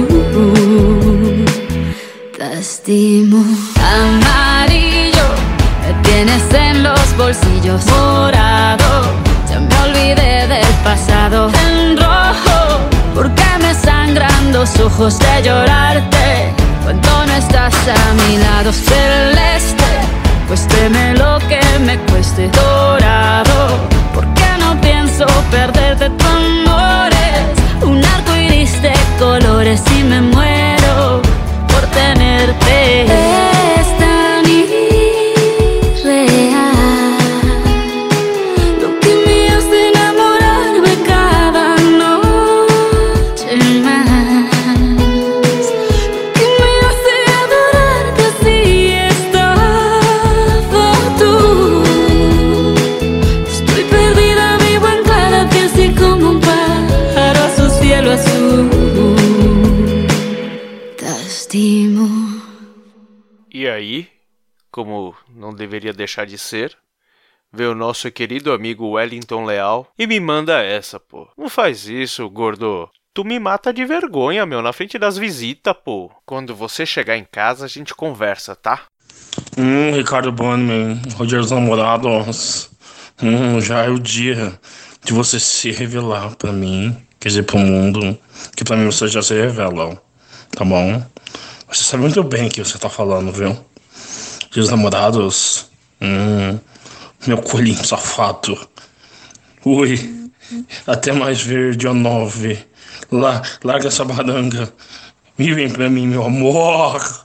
Te estimo. Amarillo, me tienes en los bolsillos. Morado, ya me olvidé del pasado. En rojo, porque me sangran los ojos de llorarte cuando no estás a mi lado. Celeste, Cuésteme lo que me cueste, dorado, porque no pienso perderte tu amor. Es un arco iris de colores y me muero por tenerte. Es tan irreal lo que me hace enamorarme cada noche más, lo que me hace adorarte así estaba tú. Estoy perdida, vivo en cada día así como un pájaro a su cielo azul. Te estimo. E aí, como não deveria deixar de ser, veio o nosso querido amigo Wellington Leal e me manda essa, pô. Não faz isso, gordo. Tu me mata de vergonha, meu, na frente das visitas, pô. Quando você chegar em casa, a gente conversa, tá? Ricardo Bannerman, Roger dos Namorados. Já é o dia de você se revelar pra mim, quer dizer, pro mundo, que pra mim você já se revela, tá bom? Você sabe muito bem o que você tá falando, viu? Dia dos Namorados, meu coelhinho safado. Ui, até mais ver dia 9. Larga essa baranga e vem pra mim, meu amor.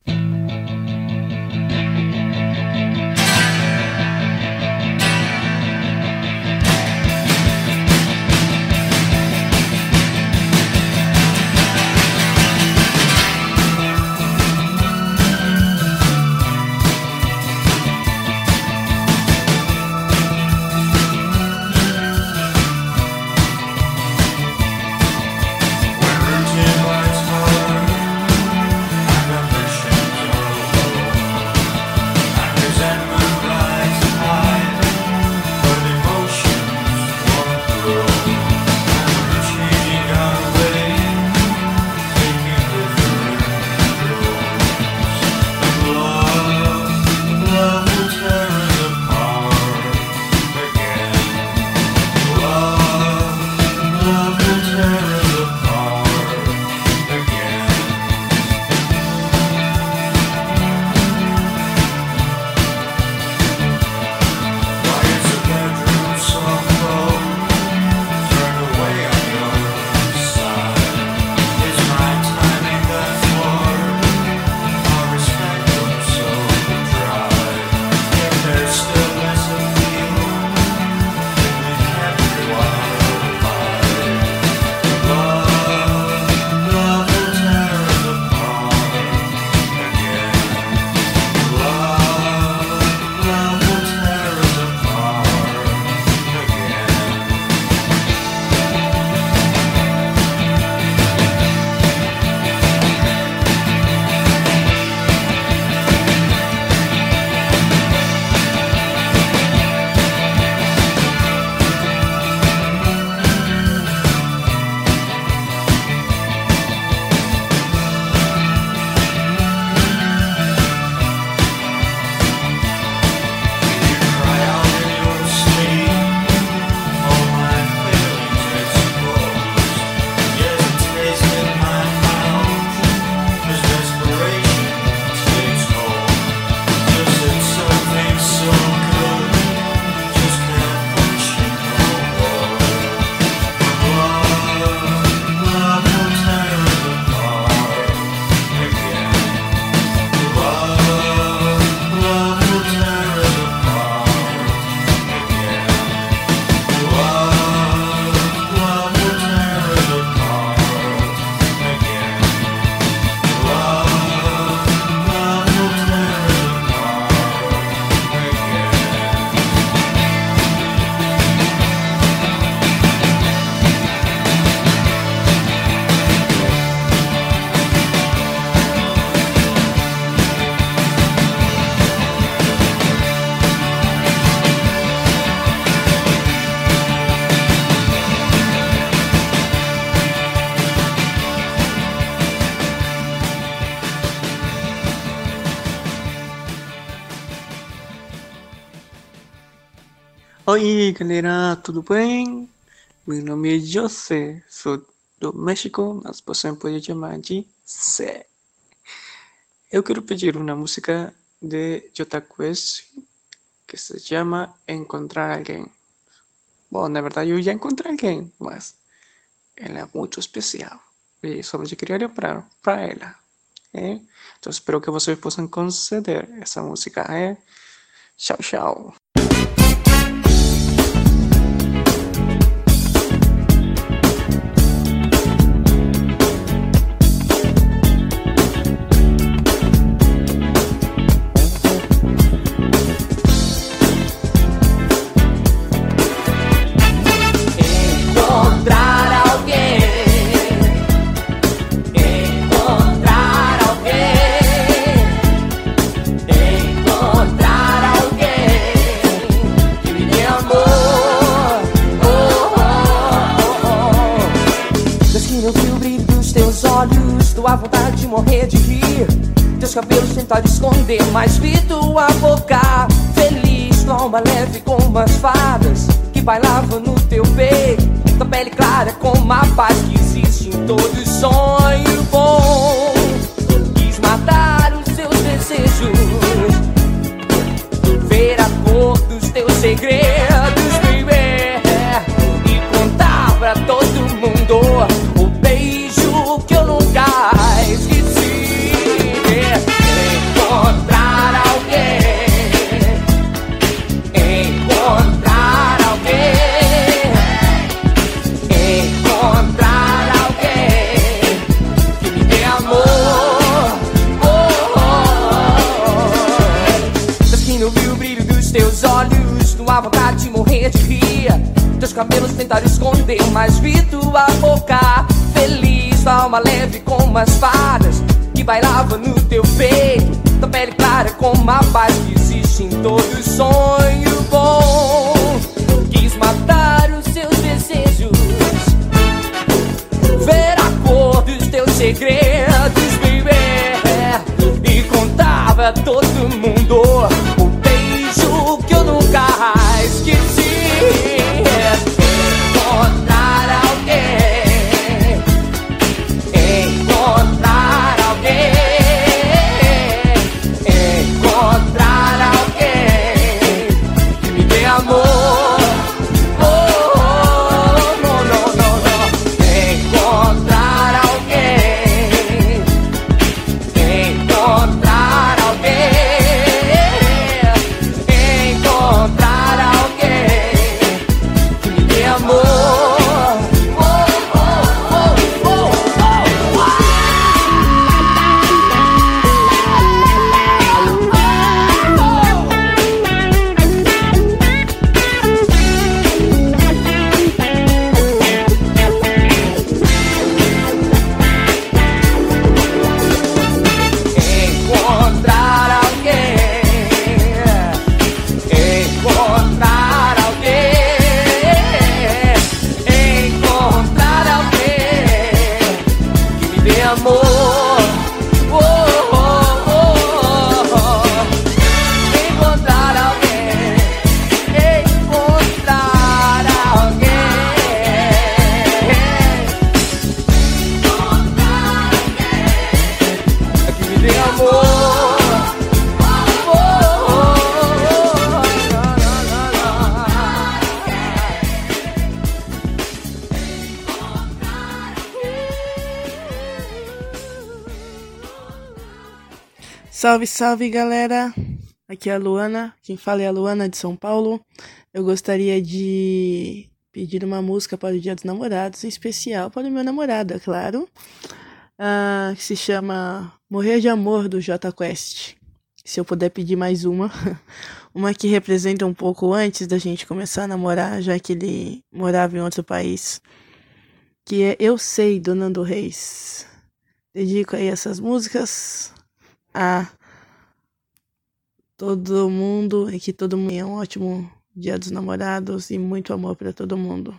Oi, galera, tudo bem? Meu nome é José, sou do México, mas você pode chamar de Sé. Eu quero pedir uma música de Jota Quest que se llama Encontrar a Alguien. Bueno, de verdad yo ya encontré a alguien, mas ela é muito especial. E só eu queria para ela. Então espero que vocês possam conceder essa música. Tchau, tchau. A vontade de morrer de rir. Teus cabelos tentaram esconder, mas vi tua boca feliz, tua alma leve como as fadas que bailavam no teu peito, tua pele clara como a paz que existe em todo sonho bom. Quis matar os seus desejos, ver a cor dos teus segredos, baby, e contar pra todo mundo o beijo que eu nunca esqueci. Encontrar alguém, encontrar alguém, encontrar alguém que me dê amor. Das que não viu o brilho dos teus olhos, tua vontade de morrer de rir. Teus cabelos tentaram esconder, mas vi tua boca feliz, tua alma leve como as fadas que bailava no teu peito, tua pele clara como a paz que existe em todo sonho bom. Quis matar os seus desejos, ver a cor dos teus segredos, baby, e contar pra todo mundo o beijo que eu nunca esqueci. Encontrar alguém, encontrar alguém, encontrar alguém que me dê amor. Não, não, não, não. Encontrar alguém, encontrar alguém, encontrar alguém que me dê amor. Encontrar alguém, encontrar alguém, encontrar alguém que me dê amor. Encontrar alguém, encontrar alguém que me dê amor. Salve, salve, galera! Aqui é a Luana, quem fala é a Luana de São Paulo. Eu gostaria de pedir uma música para o Dia dos Namorados, em especial para o meu namorado, é claro, que se chama Morrer de Amor, do Jota Quest. Se eu puder pedir mais uma que representa um pouco antes da gente começar a namorar, já que ele morava em outro país, que é Eu Sei, do Nando Reis. Dedico aí essas músicas a todo mundo e que todo mundo tenha um ótimo Dia dos Namorados e muito amor para todo mundo.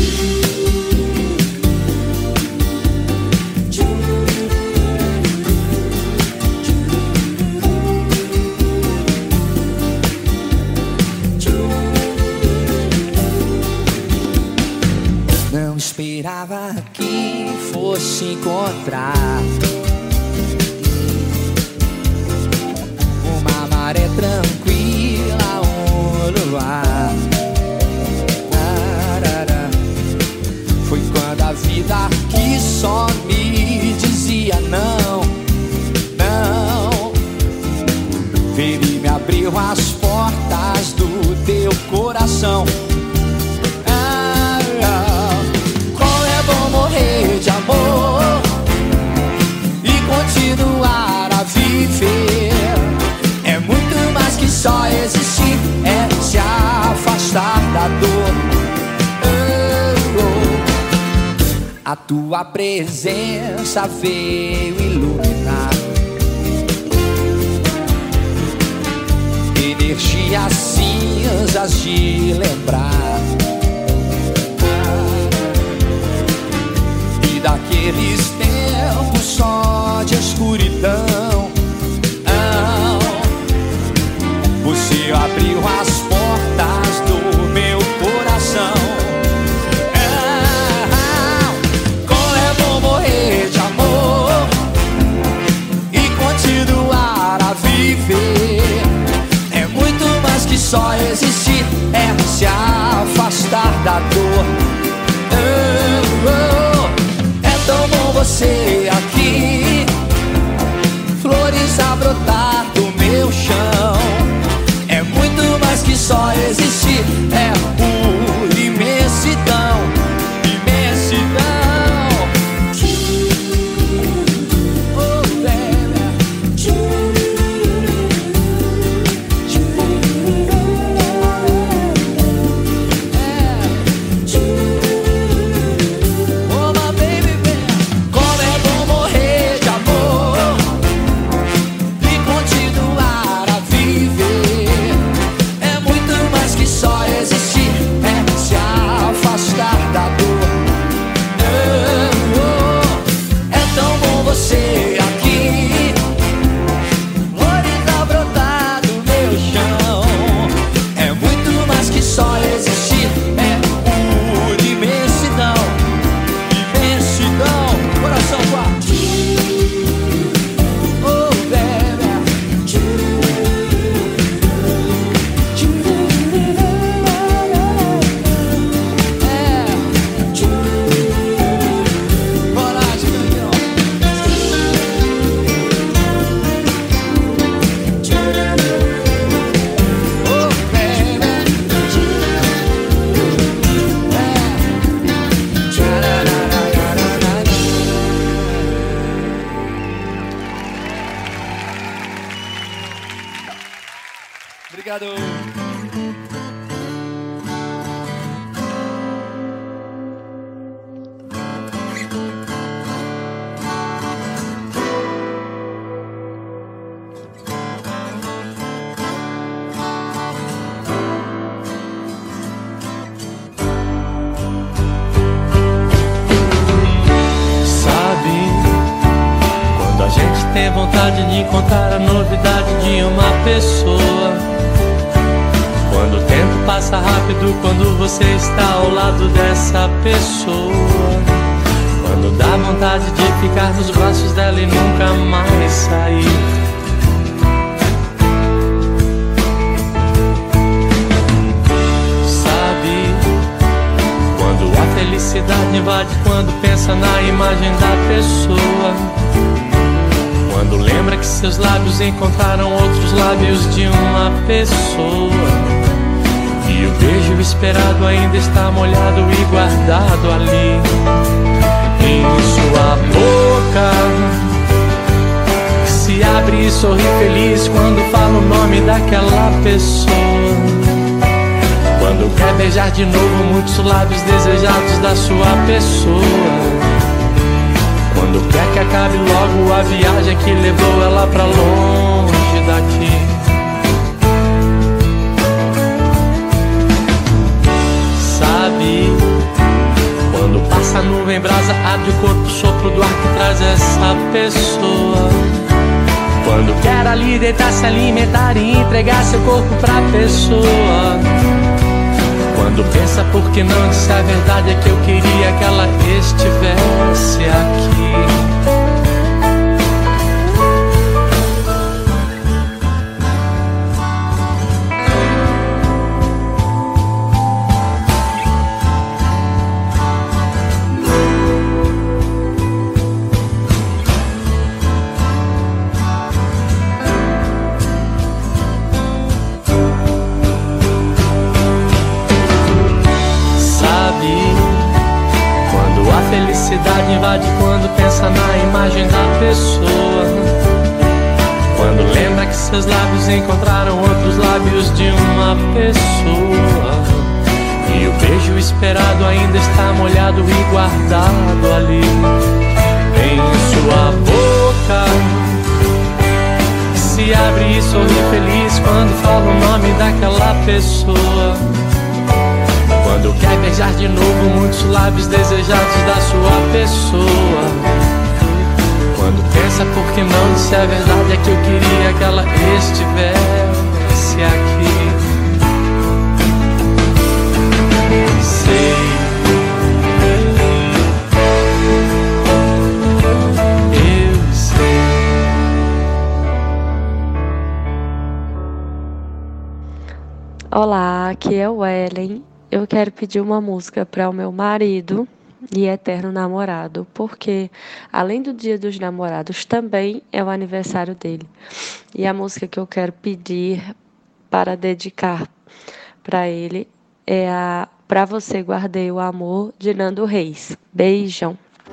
Não esperava que fosse encontrar uma tranquila no ar. Foi quando a vida que só me dizia não, não. Ele me abriu as portas do teu coração. Como é bom morrer de amor e continuar a viver. É muito mais que só existir, é se afastar da dor. A tua presença veio iluminar energias cinzas de lembrar. E daqueles tempos só de escuridão, você abriu as portas do meu coração. Como é bom morrer de amor e continuar a viver. É muito mais que só existir, é se afastar da dor. É tão bom você aqui, flores a brotar do meu chão. É muito mais que só existir, é pura imensidão, imensidão. Oh, baby. Oh, my baby, como é bom morrer de amor e continuar a viver. É muito mais que só existir, é se afastar da dor. É tão bom você aqui, flores a brotar do meu chão. É muito mais que só existir, é pura imensidão, imensidão. Coração forte. Oh, baby. Coragem, campeão. Oh, baby. Obrigado. Sabe, quando a gente tem vontade de encontrar a novidade de uma pessoa, quando o tempo passa rápido, quando você está ao lado dessa pessoa, quando dá vontade de ficar nos braços dela e nunca mais sair. Sabe, quando a felicidade invade, quando pensa na imagem da pessoa, quando lembra que seus lábios encontraram outros lábios de uma pessoa, e o beijo esperado ainda está molhado e guardado ali em sua boca, que se abre e sorri feliz quando fala o nome daquela pessoa, quando quer beijar de novo muitos lábios desejados da sua pessoa, quando quer que acabe logo a viagem que levou ela pra longe daqui. Sabe, quando passa a nuvem brasa, abre o corpo, sopro do ar que traz essa pessoa, quando quer ali deitar, se alimentar e entregar seu corpo pra pessoa, quando pensa por que não disse a verdade, é que eu queria que ela estivesse aqui. felicidade invade quando pensa na imagem da pessoa. Quando lembra que seus lábios encontraram outros lábios de uma pessoa. E o beijo esperado ainda está molhado e guardado ali em sua boca. Se abre e sorri feliz quando fala o nome daquela pessoa. Quando quer beijar de novo muitos lábios desejados da sua pessoa. Quando pensa por que não disse a verdade, é que eu queria que ela estivesse aqui. Sei, eu sei. Olá, aqui é o Ellen. Eu quero pedir uma música para o meu marido e eterno namorado, porque além do Dia dos Namorados também é o aniversário dele. E a música que eu quero pedir para dedicar para ele é a Pra Você Guardei o Amor, de Nando Reis. Beijão.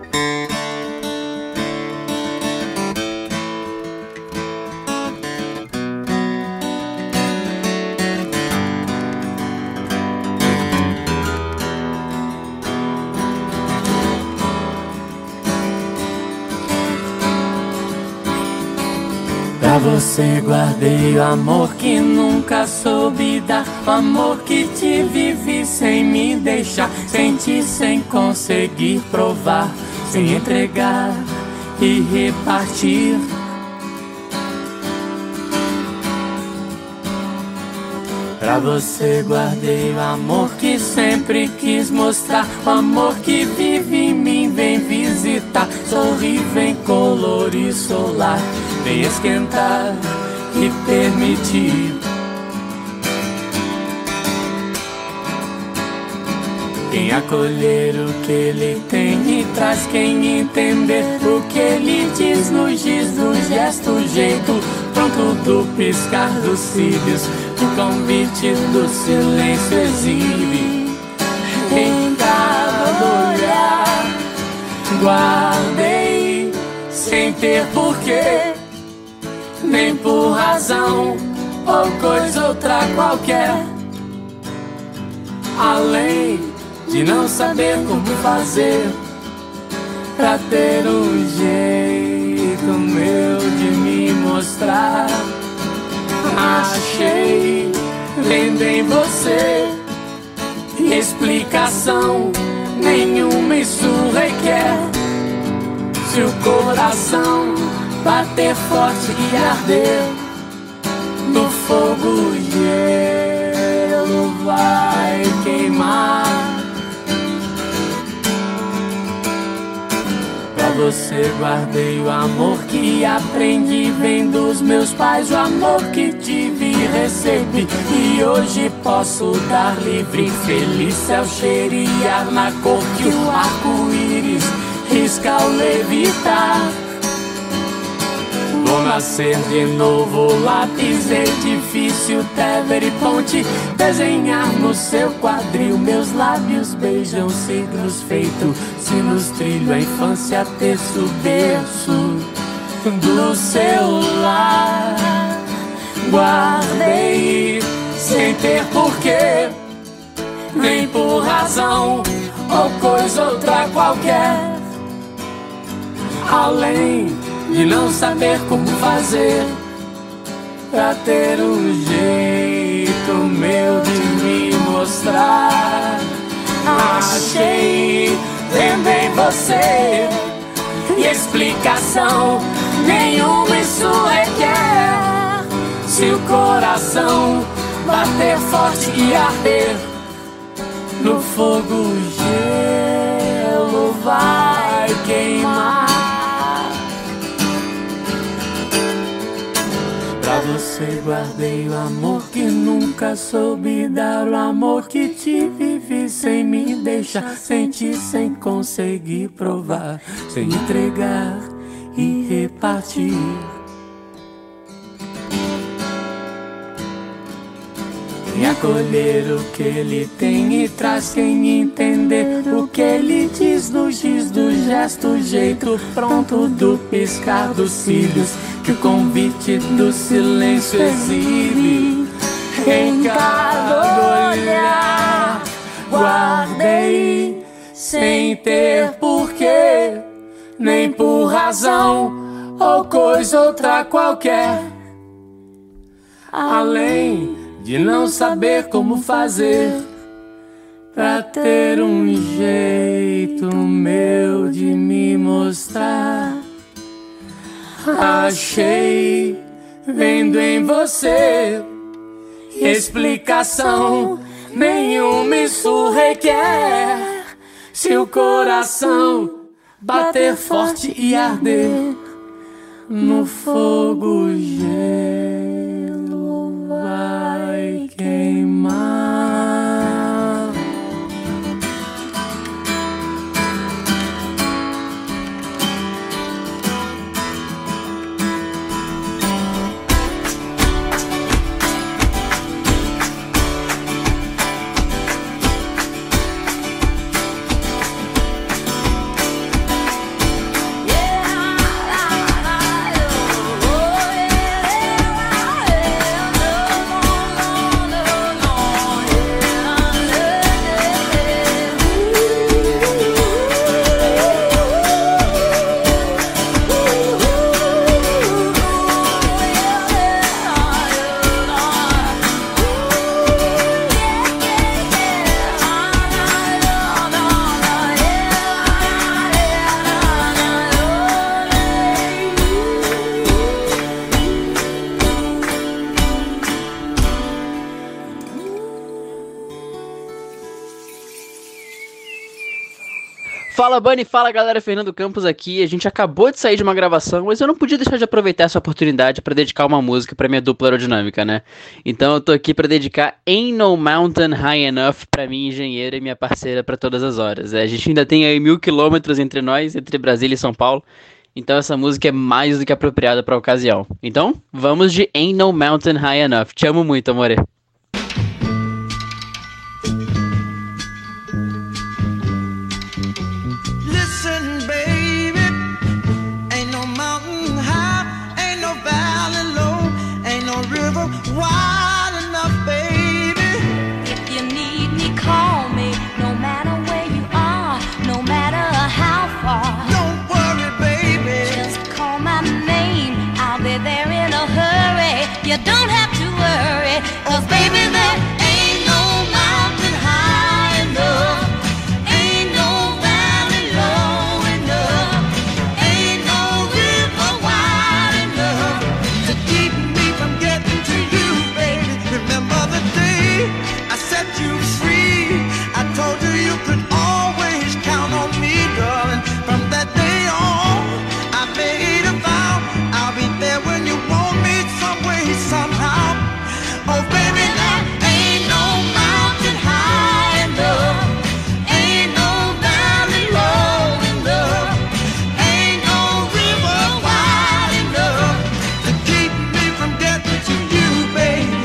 Pra você guardei o amor que nunca soube dar, o amor que te vivi sem me deixar, senti sem conseguir provar, sem entregar e repartir. Pra você guardei o amor que sempre quis mostrar, o amor que vive em mim, vem visitar, sorri, vem colorir solar, vem esquentar e permitir. Quem acolher o que ele tem e traz quem entender o que ele diz no giz do gesto, jeito pronto do piscar dos cílios, o convite do silêncio exibe. Em cada olhar guardei sem ter porquê, nem por razão ou coisa outra qualquer, além de não saber como fazer pra ter um jeito meu de me mostrar. Achei vendo em você explicação nenhuma, isso requer. Se o coração bater forte e arder no fogo, o gelo vai queimar. Pra você guardei o amor que aprendi, vem dos meus pais, o amor que tive e recebi, e hoje posso dar livre. Feliz céu cheirar na cor que o arco-íris risca ao levitar. Vou nascer de novo, lápis, edifício, Tever e ponte, desenhar no seu quadril. Meus lábios beijam signos feitos, sinos trilho, a infância terço, berço do seu lar. Guardei sem ter porquê, nem por razão ou coisa outra qualquer, além de não saber como fazer pra ter um jeito meu de me mostrar. Achei vendo em você explicação nenhuma, isso requer. Se o coração bater forte e arder no fogo, o gelo vai queimar. Pra você guardei o amor que nunca soube dar, o amor que te vivi sem me deixar, senti sem conseguir provar, sem entregar e repartir. Vem acolher o que ele tem e traz quem entender o que ele diz no giz do gesto, jeito pronto do piscar dos cílios, que o convite do silêncio exibe. Em cada olhar guardei, sem ter porquê, nem por razão ou coisa outra qualquer, além de não saber como fazer pra ter um jeito meu de me mostrar. Achei, vendo em você, explicação nenhuma isso requer. Se o coração bater forte e arder no fogo, gelo vai queimar. Fala Bunny, fala galera, Fernando Campos aqui. A gente acabou de sair de uma gravação, mas eu não podia deixar de aproveitar essa oportunidade para dedicar uma música para minha dupla aerodinâmica, né? Então eu tô aqui para dedicar Ain't No Mountain High Enough para minha engenheira e minha parceira para todas as horas. A gente ainda tem aí 1000 quilômetros entre nós, entre Brasília e São Paulo, então essa música é mais do que apropriada para a ocasião. Então vamos de Ain't No Mountain High Enough. Te amo muito, amore. Wide enough, baby. If you need me, call me. No matter where you are, no matter how far. Don't worry, baby. Just call my name. I'll be there in a hurry. You don't have to worry, 'cause baby, there ain't no mountain high enough. Ain't no valley low enough. Ain't no river wide enough to keep me from getting to you. Remember the day I set you free? I told you you could always count on me, darling. From that day on, I made a vow I'll be there when you want me, some way, somehow. Oh, baby, there ain't no mountain high enough. Ain't no valley low enough. Ain't no river wide enough to keep me from getting to you, baby.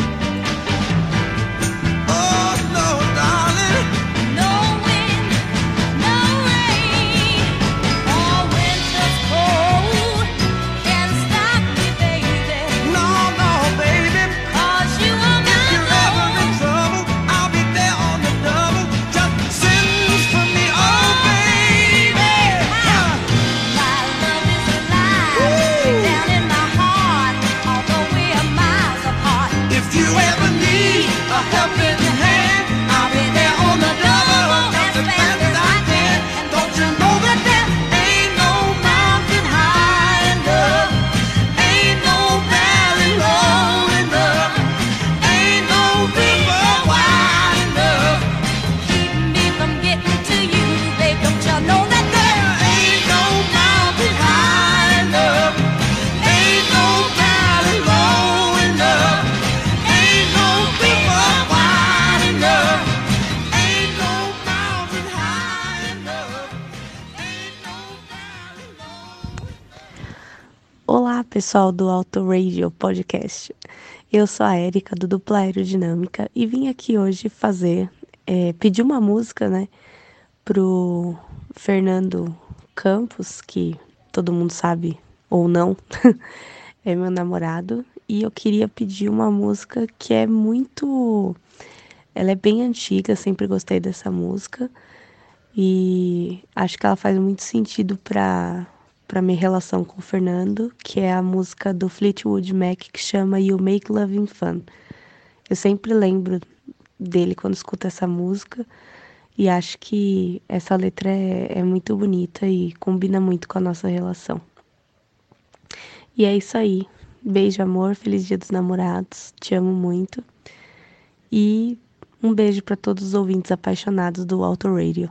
Olá, pessoal do Auto Radio Podcast. Eu sou a Érica, do Dupla Aerodinâmica, e vim aqui hoje pedir uma música, né, pro Fernando Campos, que todo mundo sabe ou não, é meu namorado, e eu queria pedir uma música que ela é bem antiga, sempre gostei dessa música, e acho que ela faz muito sentido para minha relação com o Fernando, que é a música do Fleetwood Mac, que chama You Make Loving Fun. Eu sempre lembro dele quando escuto essa música, e acho que essa letra é muito bonita e combina muito com a nossa relação. E é isso aí. Beijo, amor. Feliz Dia dos Namorados. Te amo muito. E um beijo para todos os ouvintes apaixonados do Auto Radio.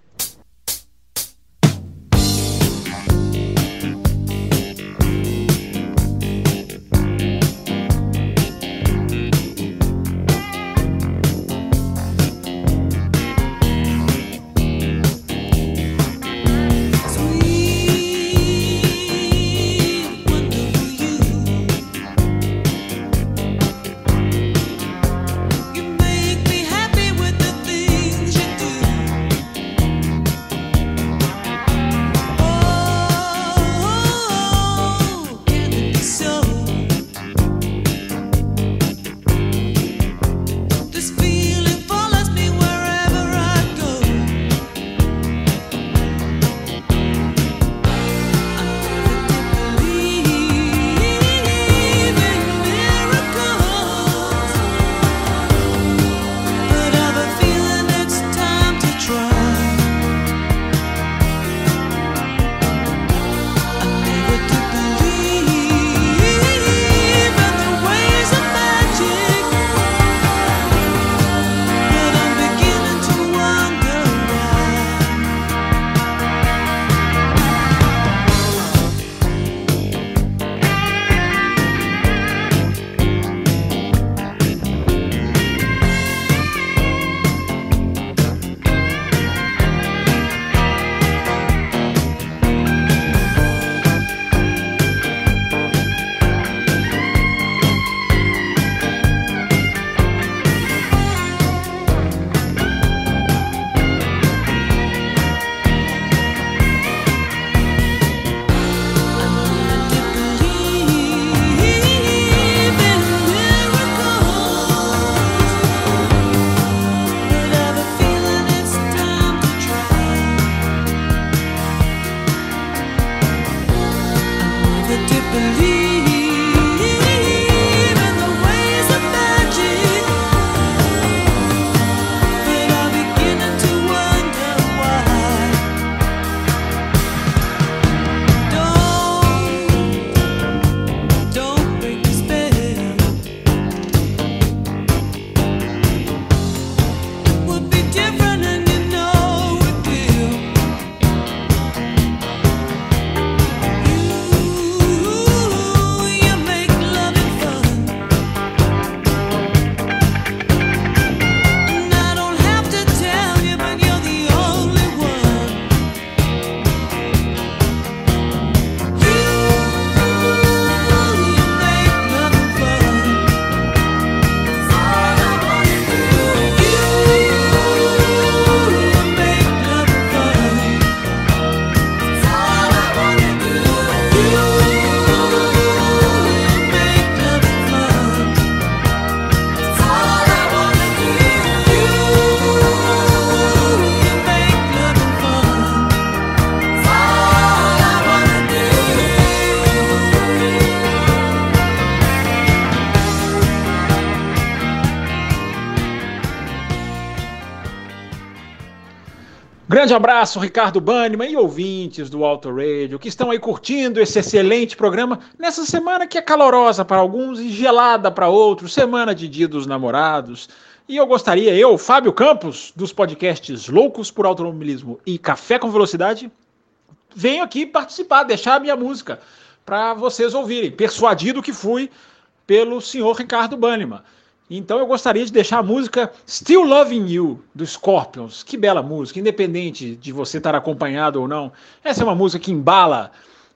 Grande abraço, Ricardo Banniman e ouvintes do Auto Radio que estão aí curtindo esse excelente programa nessa semana que é calorosa para alguns e gelada para outros, semana de Dia dos Namorados. E eu gostaria, Fábio Campos, dos podcasts Loucos por Automobilismo e Café com Velocidade, venho aqui participar, deixar a minha música para vocês ouvirem, persuadido que fui pelo senhor Ricardo Banniman. Então eu gostaria de deixar a música Still Loving You, do Scorpions. Que bela música, independente de você estar acompanhado ou não. Essa é uma música que embala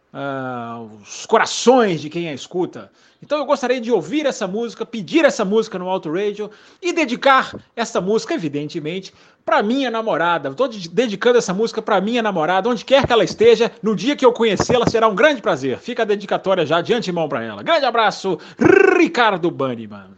os corações de quem a escuta. Então eu gostaria de ouvir essa música, pedir essa música no Auto Radio e dedicar essa música, evidentemente, para minha namorada. Estou dedicando essa música para minha namorada, onde quer que ela esteja, no dia que eu conhecê-la, será um grande prazer. Fica a dedicatória já de antemão para ela. Grande abraço, Ricardo Banniman.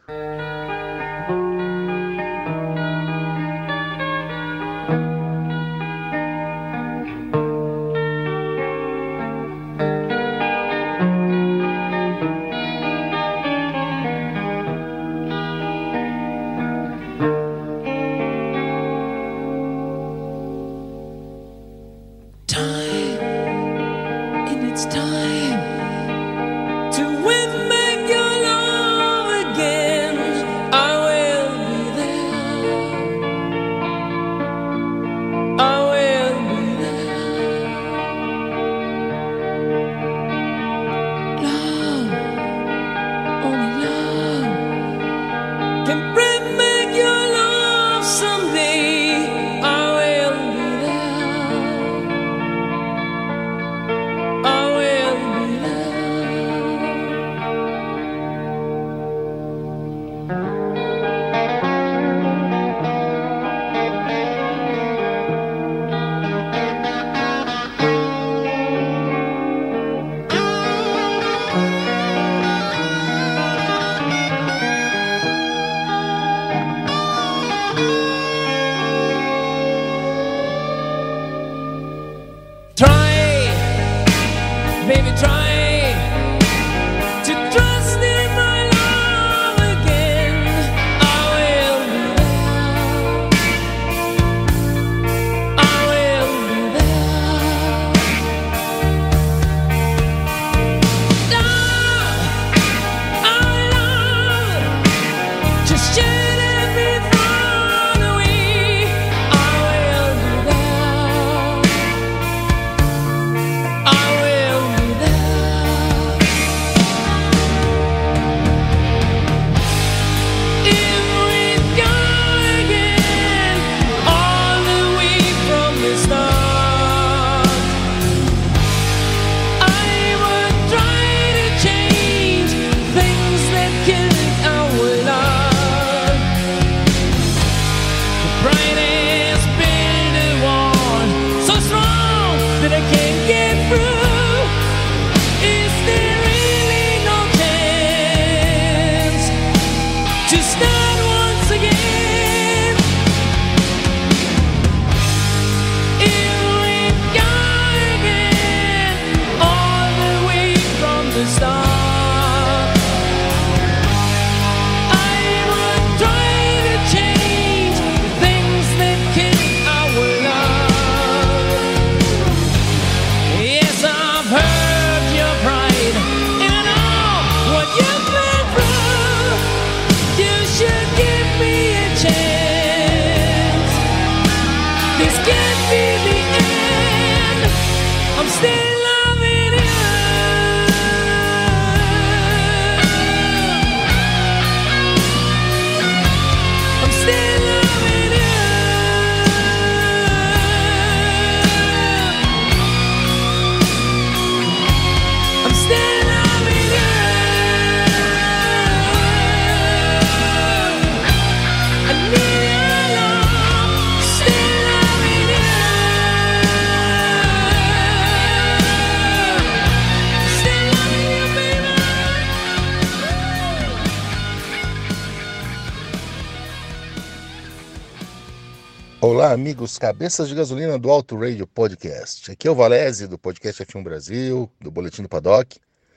Olá, amigos cabeças de gasolina do Auto Radio Podcast. Aqui é o Valese, do podcast F1 Brasil, do Boletim do Paddock.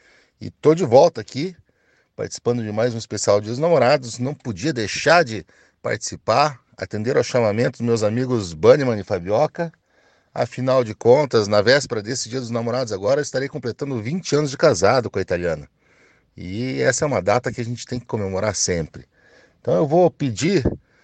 E tô de volta aqui, participando de mais um especial Dia dos Namorados. Não podia deixar de participar, atender ao chamamento dos meus amigos Banniman e Fabioca. Afinal de contas, na véspera desse Dia dos Namorados agora, estarei completando 20 anos de casado com a italiana. E essa é uma data que a gente tem que comemorar sempre. Então eu vou pedir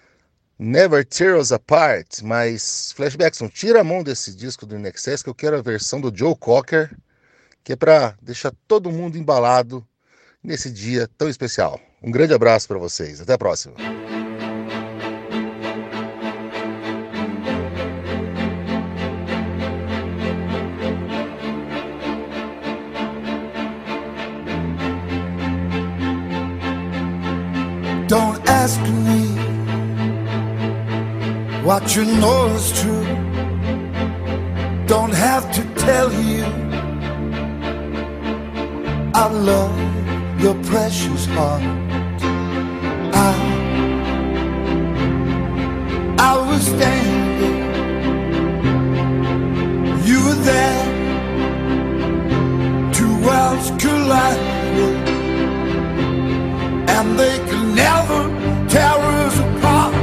Never Tear Us Apart, mas Flashbackson, tira a mão desse disco do INXS, que eu quero a versão do Joe Cocker, que é para deixar todo mundo embalado nesse dia tão especial. Um grande abraço para vocês, até a próxima. me what you know is true. Don't have to tell you I love your precious heart. I was standing, you were there, two worlds collided, and they could never tear us apart.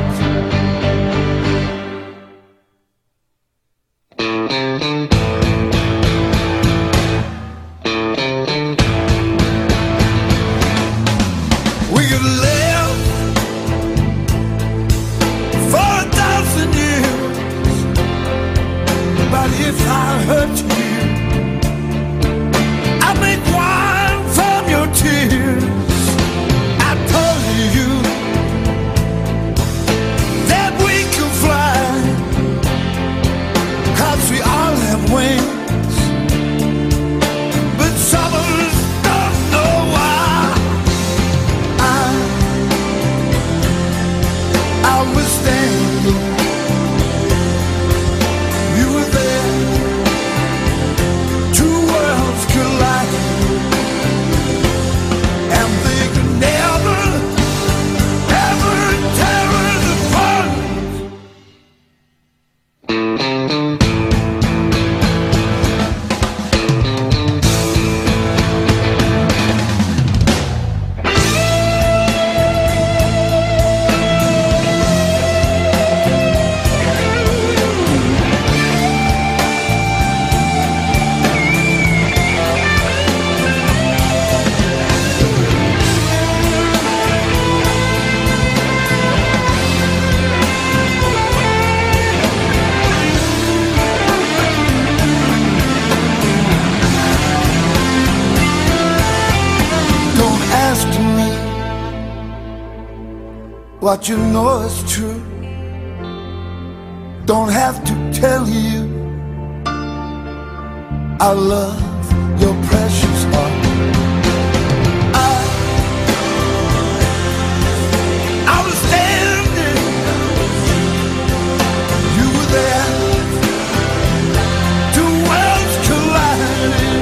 We could live for 1,000 years, but if I hurt you, I make wine from your tears. I told you that we could fly, 'cause we all have wings, but some of us don't know why. I was standing, you were there, two worlds collided, and they could never, ever tear us apart. Don't ask me what you know is true. Don't have to tell you I love your precious heart. I was standing, you were there, two worlds colliding,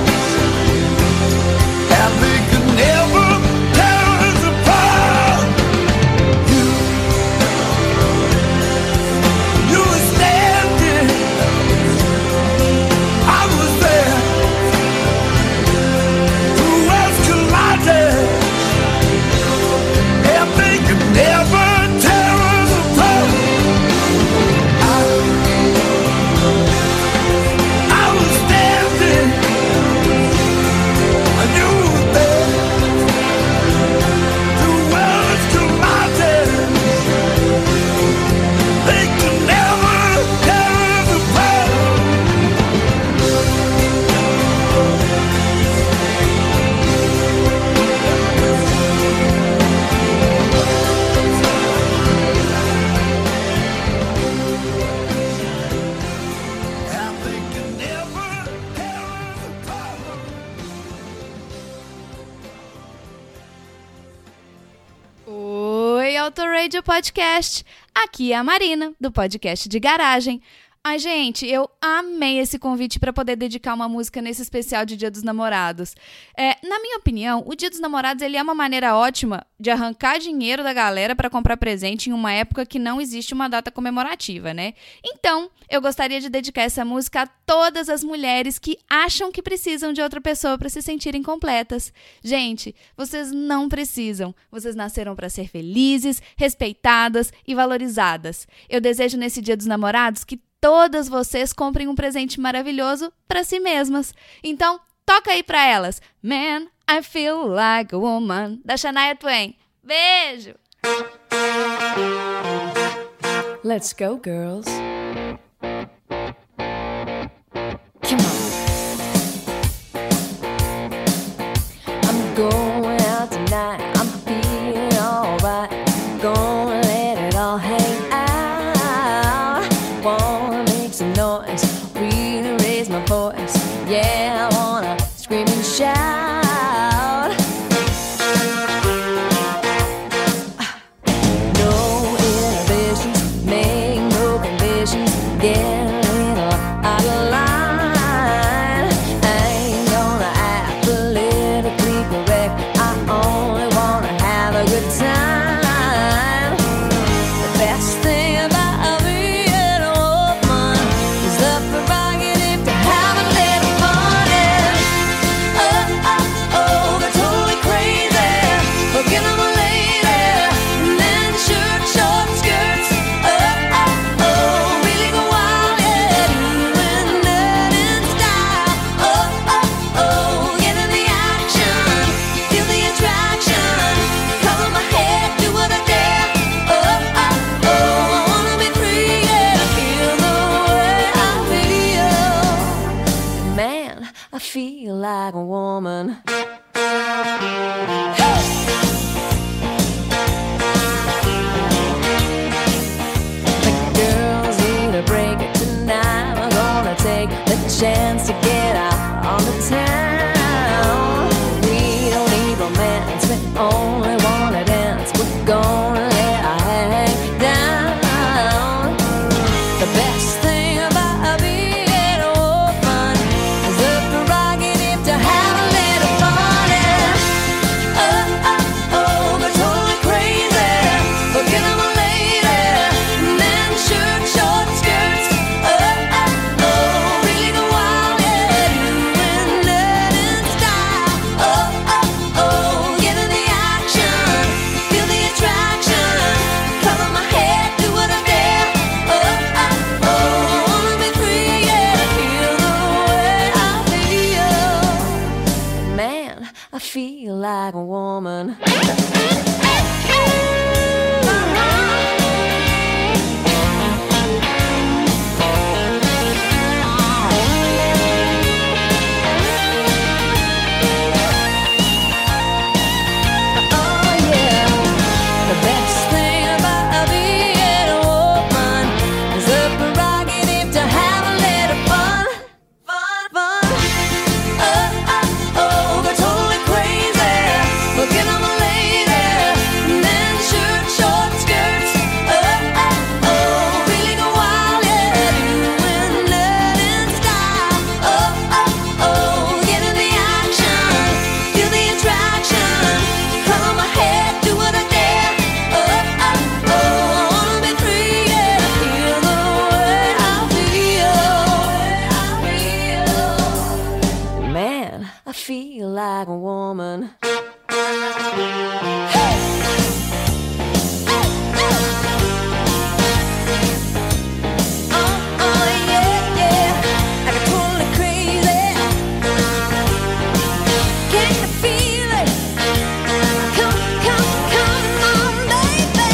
and they could never tear us apart. You were standing, I was there, two worlds collided, and they could never tear us apart. I was standing, and you were there, two worlds collided, they could never tear us apart. Oi, Autoradio Podcast. Aqui é a Marina, do podcast de garagem. Ai, gente, eu amei esse convite para poder dedicar uma música nesse especial de Dia dos Namorados. Na minha opinião, o Dia dos Namorados ele é uma maneira ótima de arrancar dinheiro da galera para comprar presente em uma época que não existe uma data comemorativa, né? Então, eu gostaria de dedicar essa música a todas as mulheres que acham que precisam de outra pessoa para se sentirem completas. Gente, vocês não precisam. Vocês nasceram para ser felizes, respeitadas e valorizadas. Eu desejo nesse Dia dos Namorados que todas vocês comprem um presente maravilhoso para si mesmas. Então, toca aí pra elas. Man, I Feel Like a Woman, da Shania Twain. Beijo! Let's go, girls. Come on. I'm going out tonight. I'm feeling alright. Gonna let it all hang out. Wanna make some noise, really raise my voice. Yeah, I wanna scream and shout. No the chance to get out on the town. We don't need romance, we only wanna dance. We're gonna let our hang down. The best thing about being a woman is the prerogative to have a little fun. And we're totally crazy. Forget I'm a lady. Men shirt, short skirts. Really go wild, yeah. Doing that in style. Get in the action. Feel the attraction. Cover my head, do what I dare. Wanna be free, yeah. Feel the way I feel. Man, I feel like a woman. The best thing about being a woman is the prerogative to have a little fun. We're totally crazy. Forget I'm a lady. Men shirt, short skirts. Really go wild, yeah. Doing that in style. Get in the action. Feel the attraction. Cover my head, do what I dare. Wanna be free, yeah. Feel the way I feel. Man, I feel like a woman. I get totally crazy. Can you feel it? Come on, baby.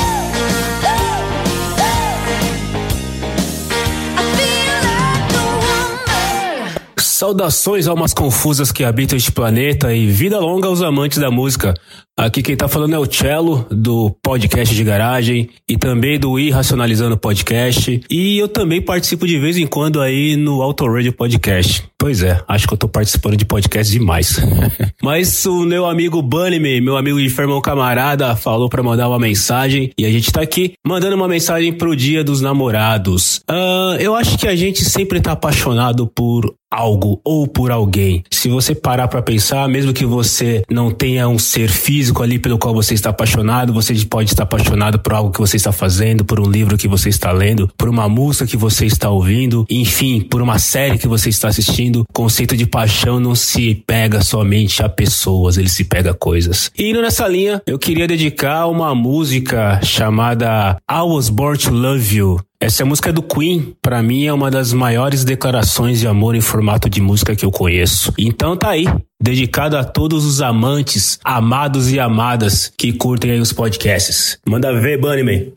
I feel like a woman. Saudações almas confusas que habitam este planeta e vida longa aos amantes da música. Aqui quem tá falando é o Cello, do podcast de garagem e também do Irracionalizando Podcast. E eu também participo de vez em quando aí no Auto Radio Podcast. Pois é, acho que eu tô participando de podcast demais. Mas o meu amigo Bunnyman, meu amigo de irmão camarada, falou pra mandar uma mensagem e a gente tá aqui mandando uma mensagem pro Dia dos Namorados. Eu acho que a gente sempre tá apaixonado por algo ou por alguém. Se você parar pra pensar, mesmo que você não tenha um ser físico ali pelo qual você está apaixonado, você pode estar apaixonado por algo que você está fazendo, por um livro que você está lendo, por uma música que você está ouvindo, enfim, por uma série que você está assistindo. O conceito de paixão não se pega somente a pessoas, ele se pega a coisas. E indo nessa linha, eu queria dedicar uma música chamada I Was Born to Love You. Essa música do Queen, pra mim, é uma das maiores declarações de amor em formato de música que eu conheço. Então tá aí, dedicado a todos os amantes, amados e amadas que curtem aí os podcasts. Manda ver, Bunnyman.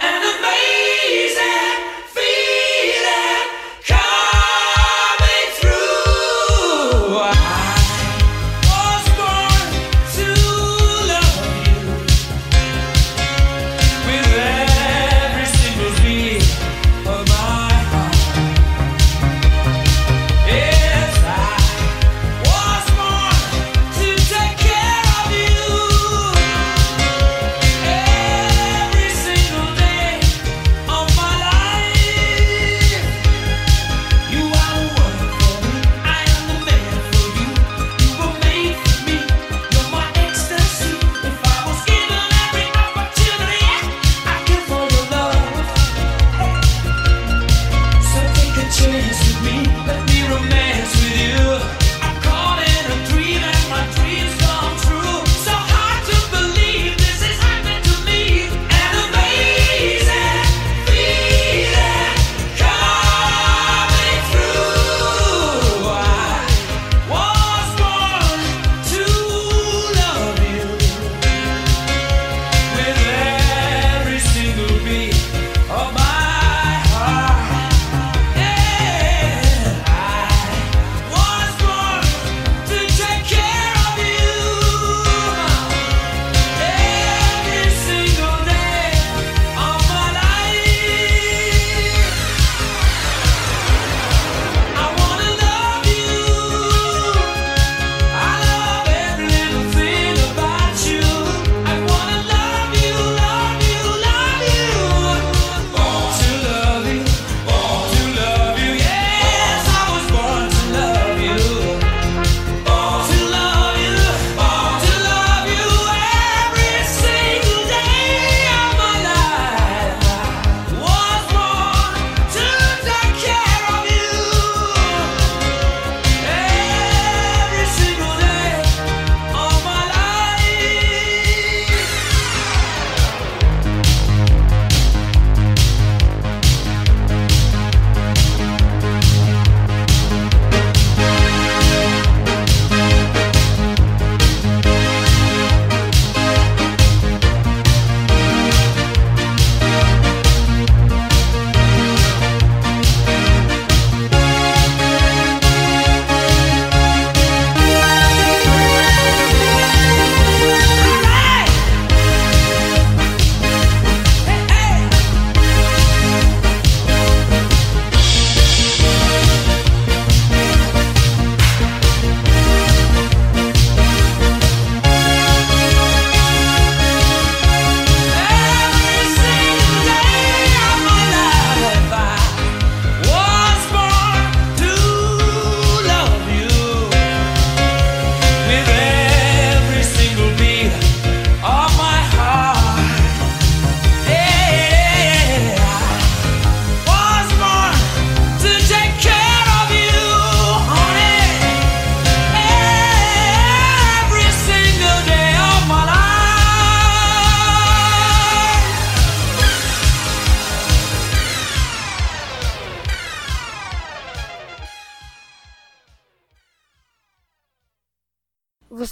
Every single day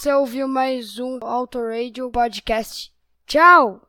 Você ouviu mais um Auto Radio Podcast. Tchau!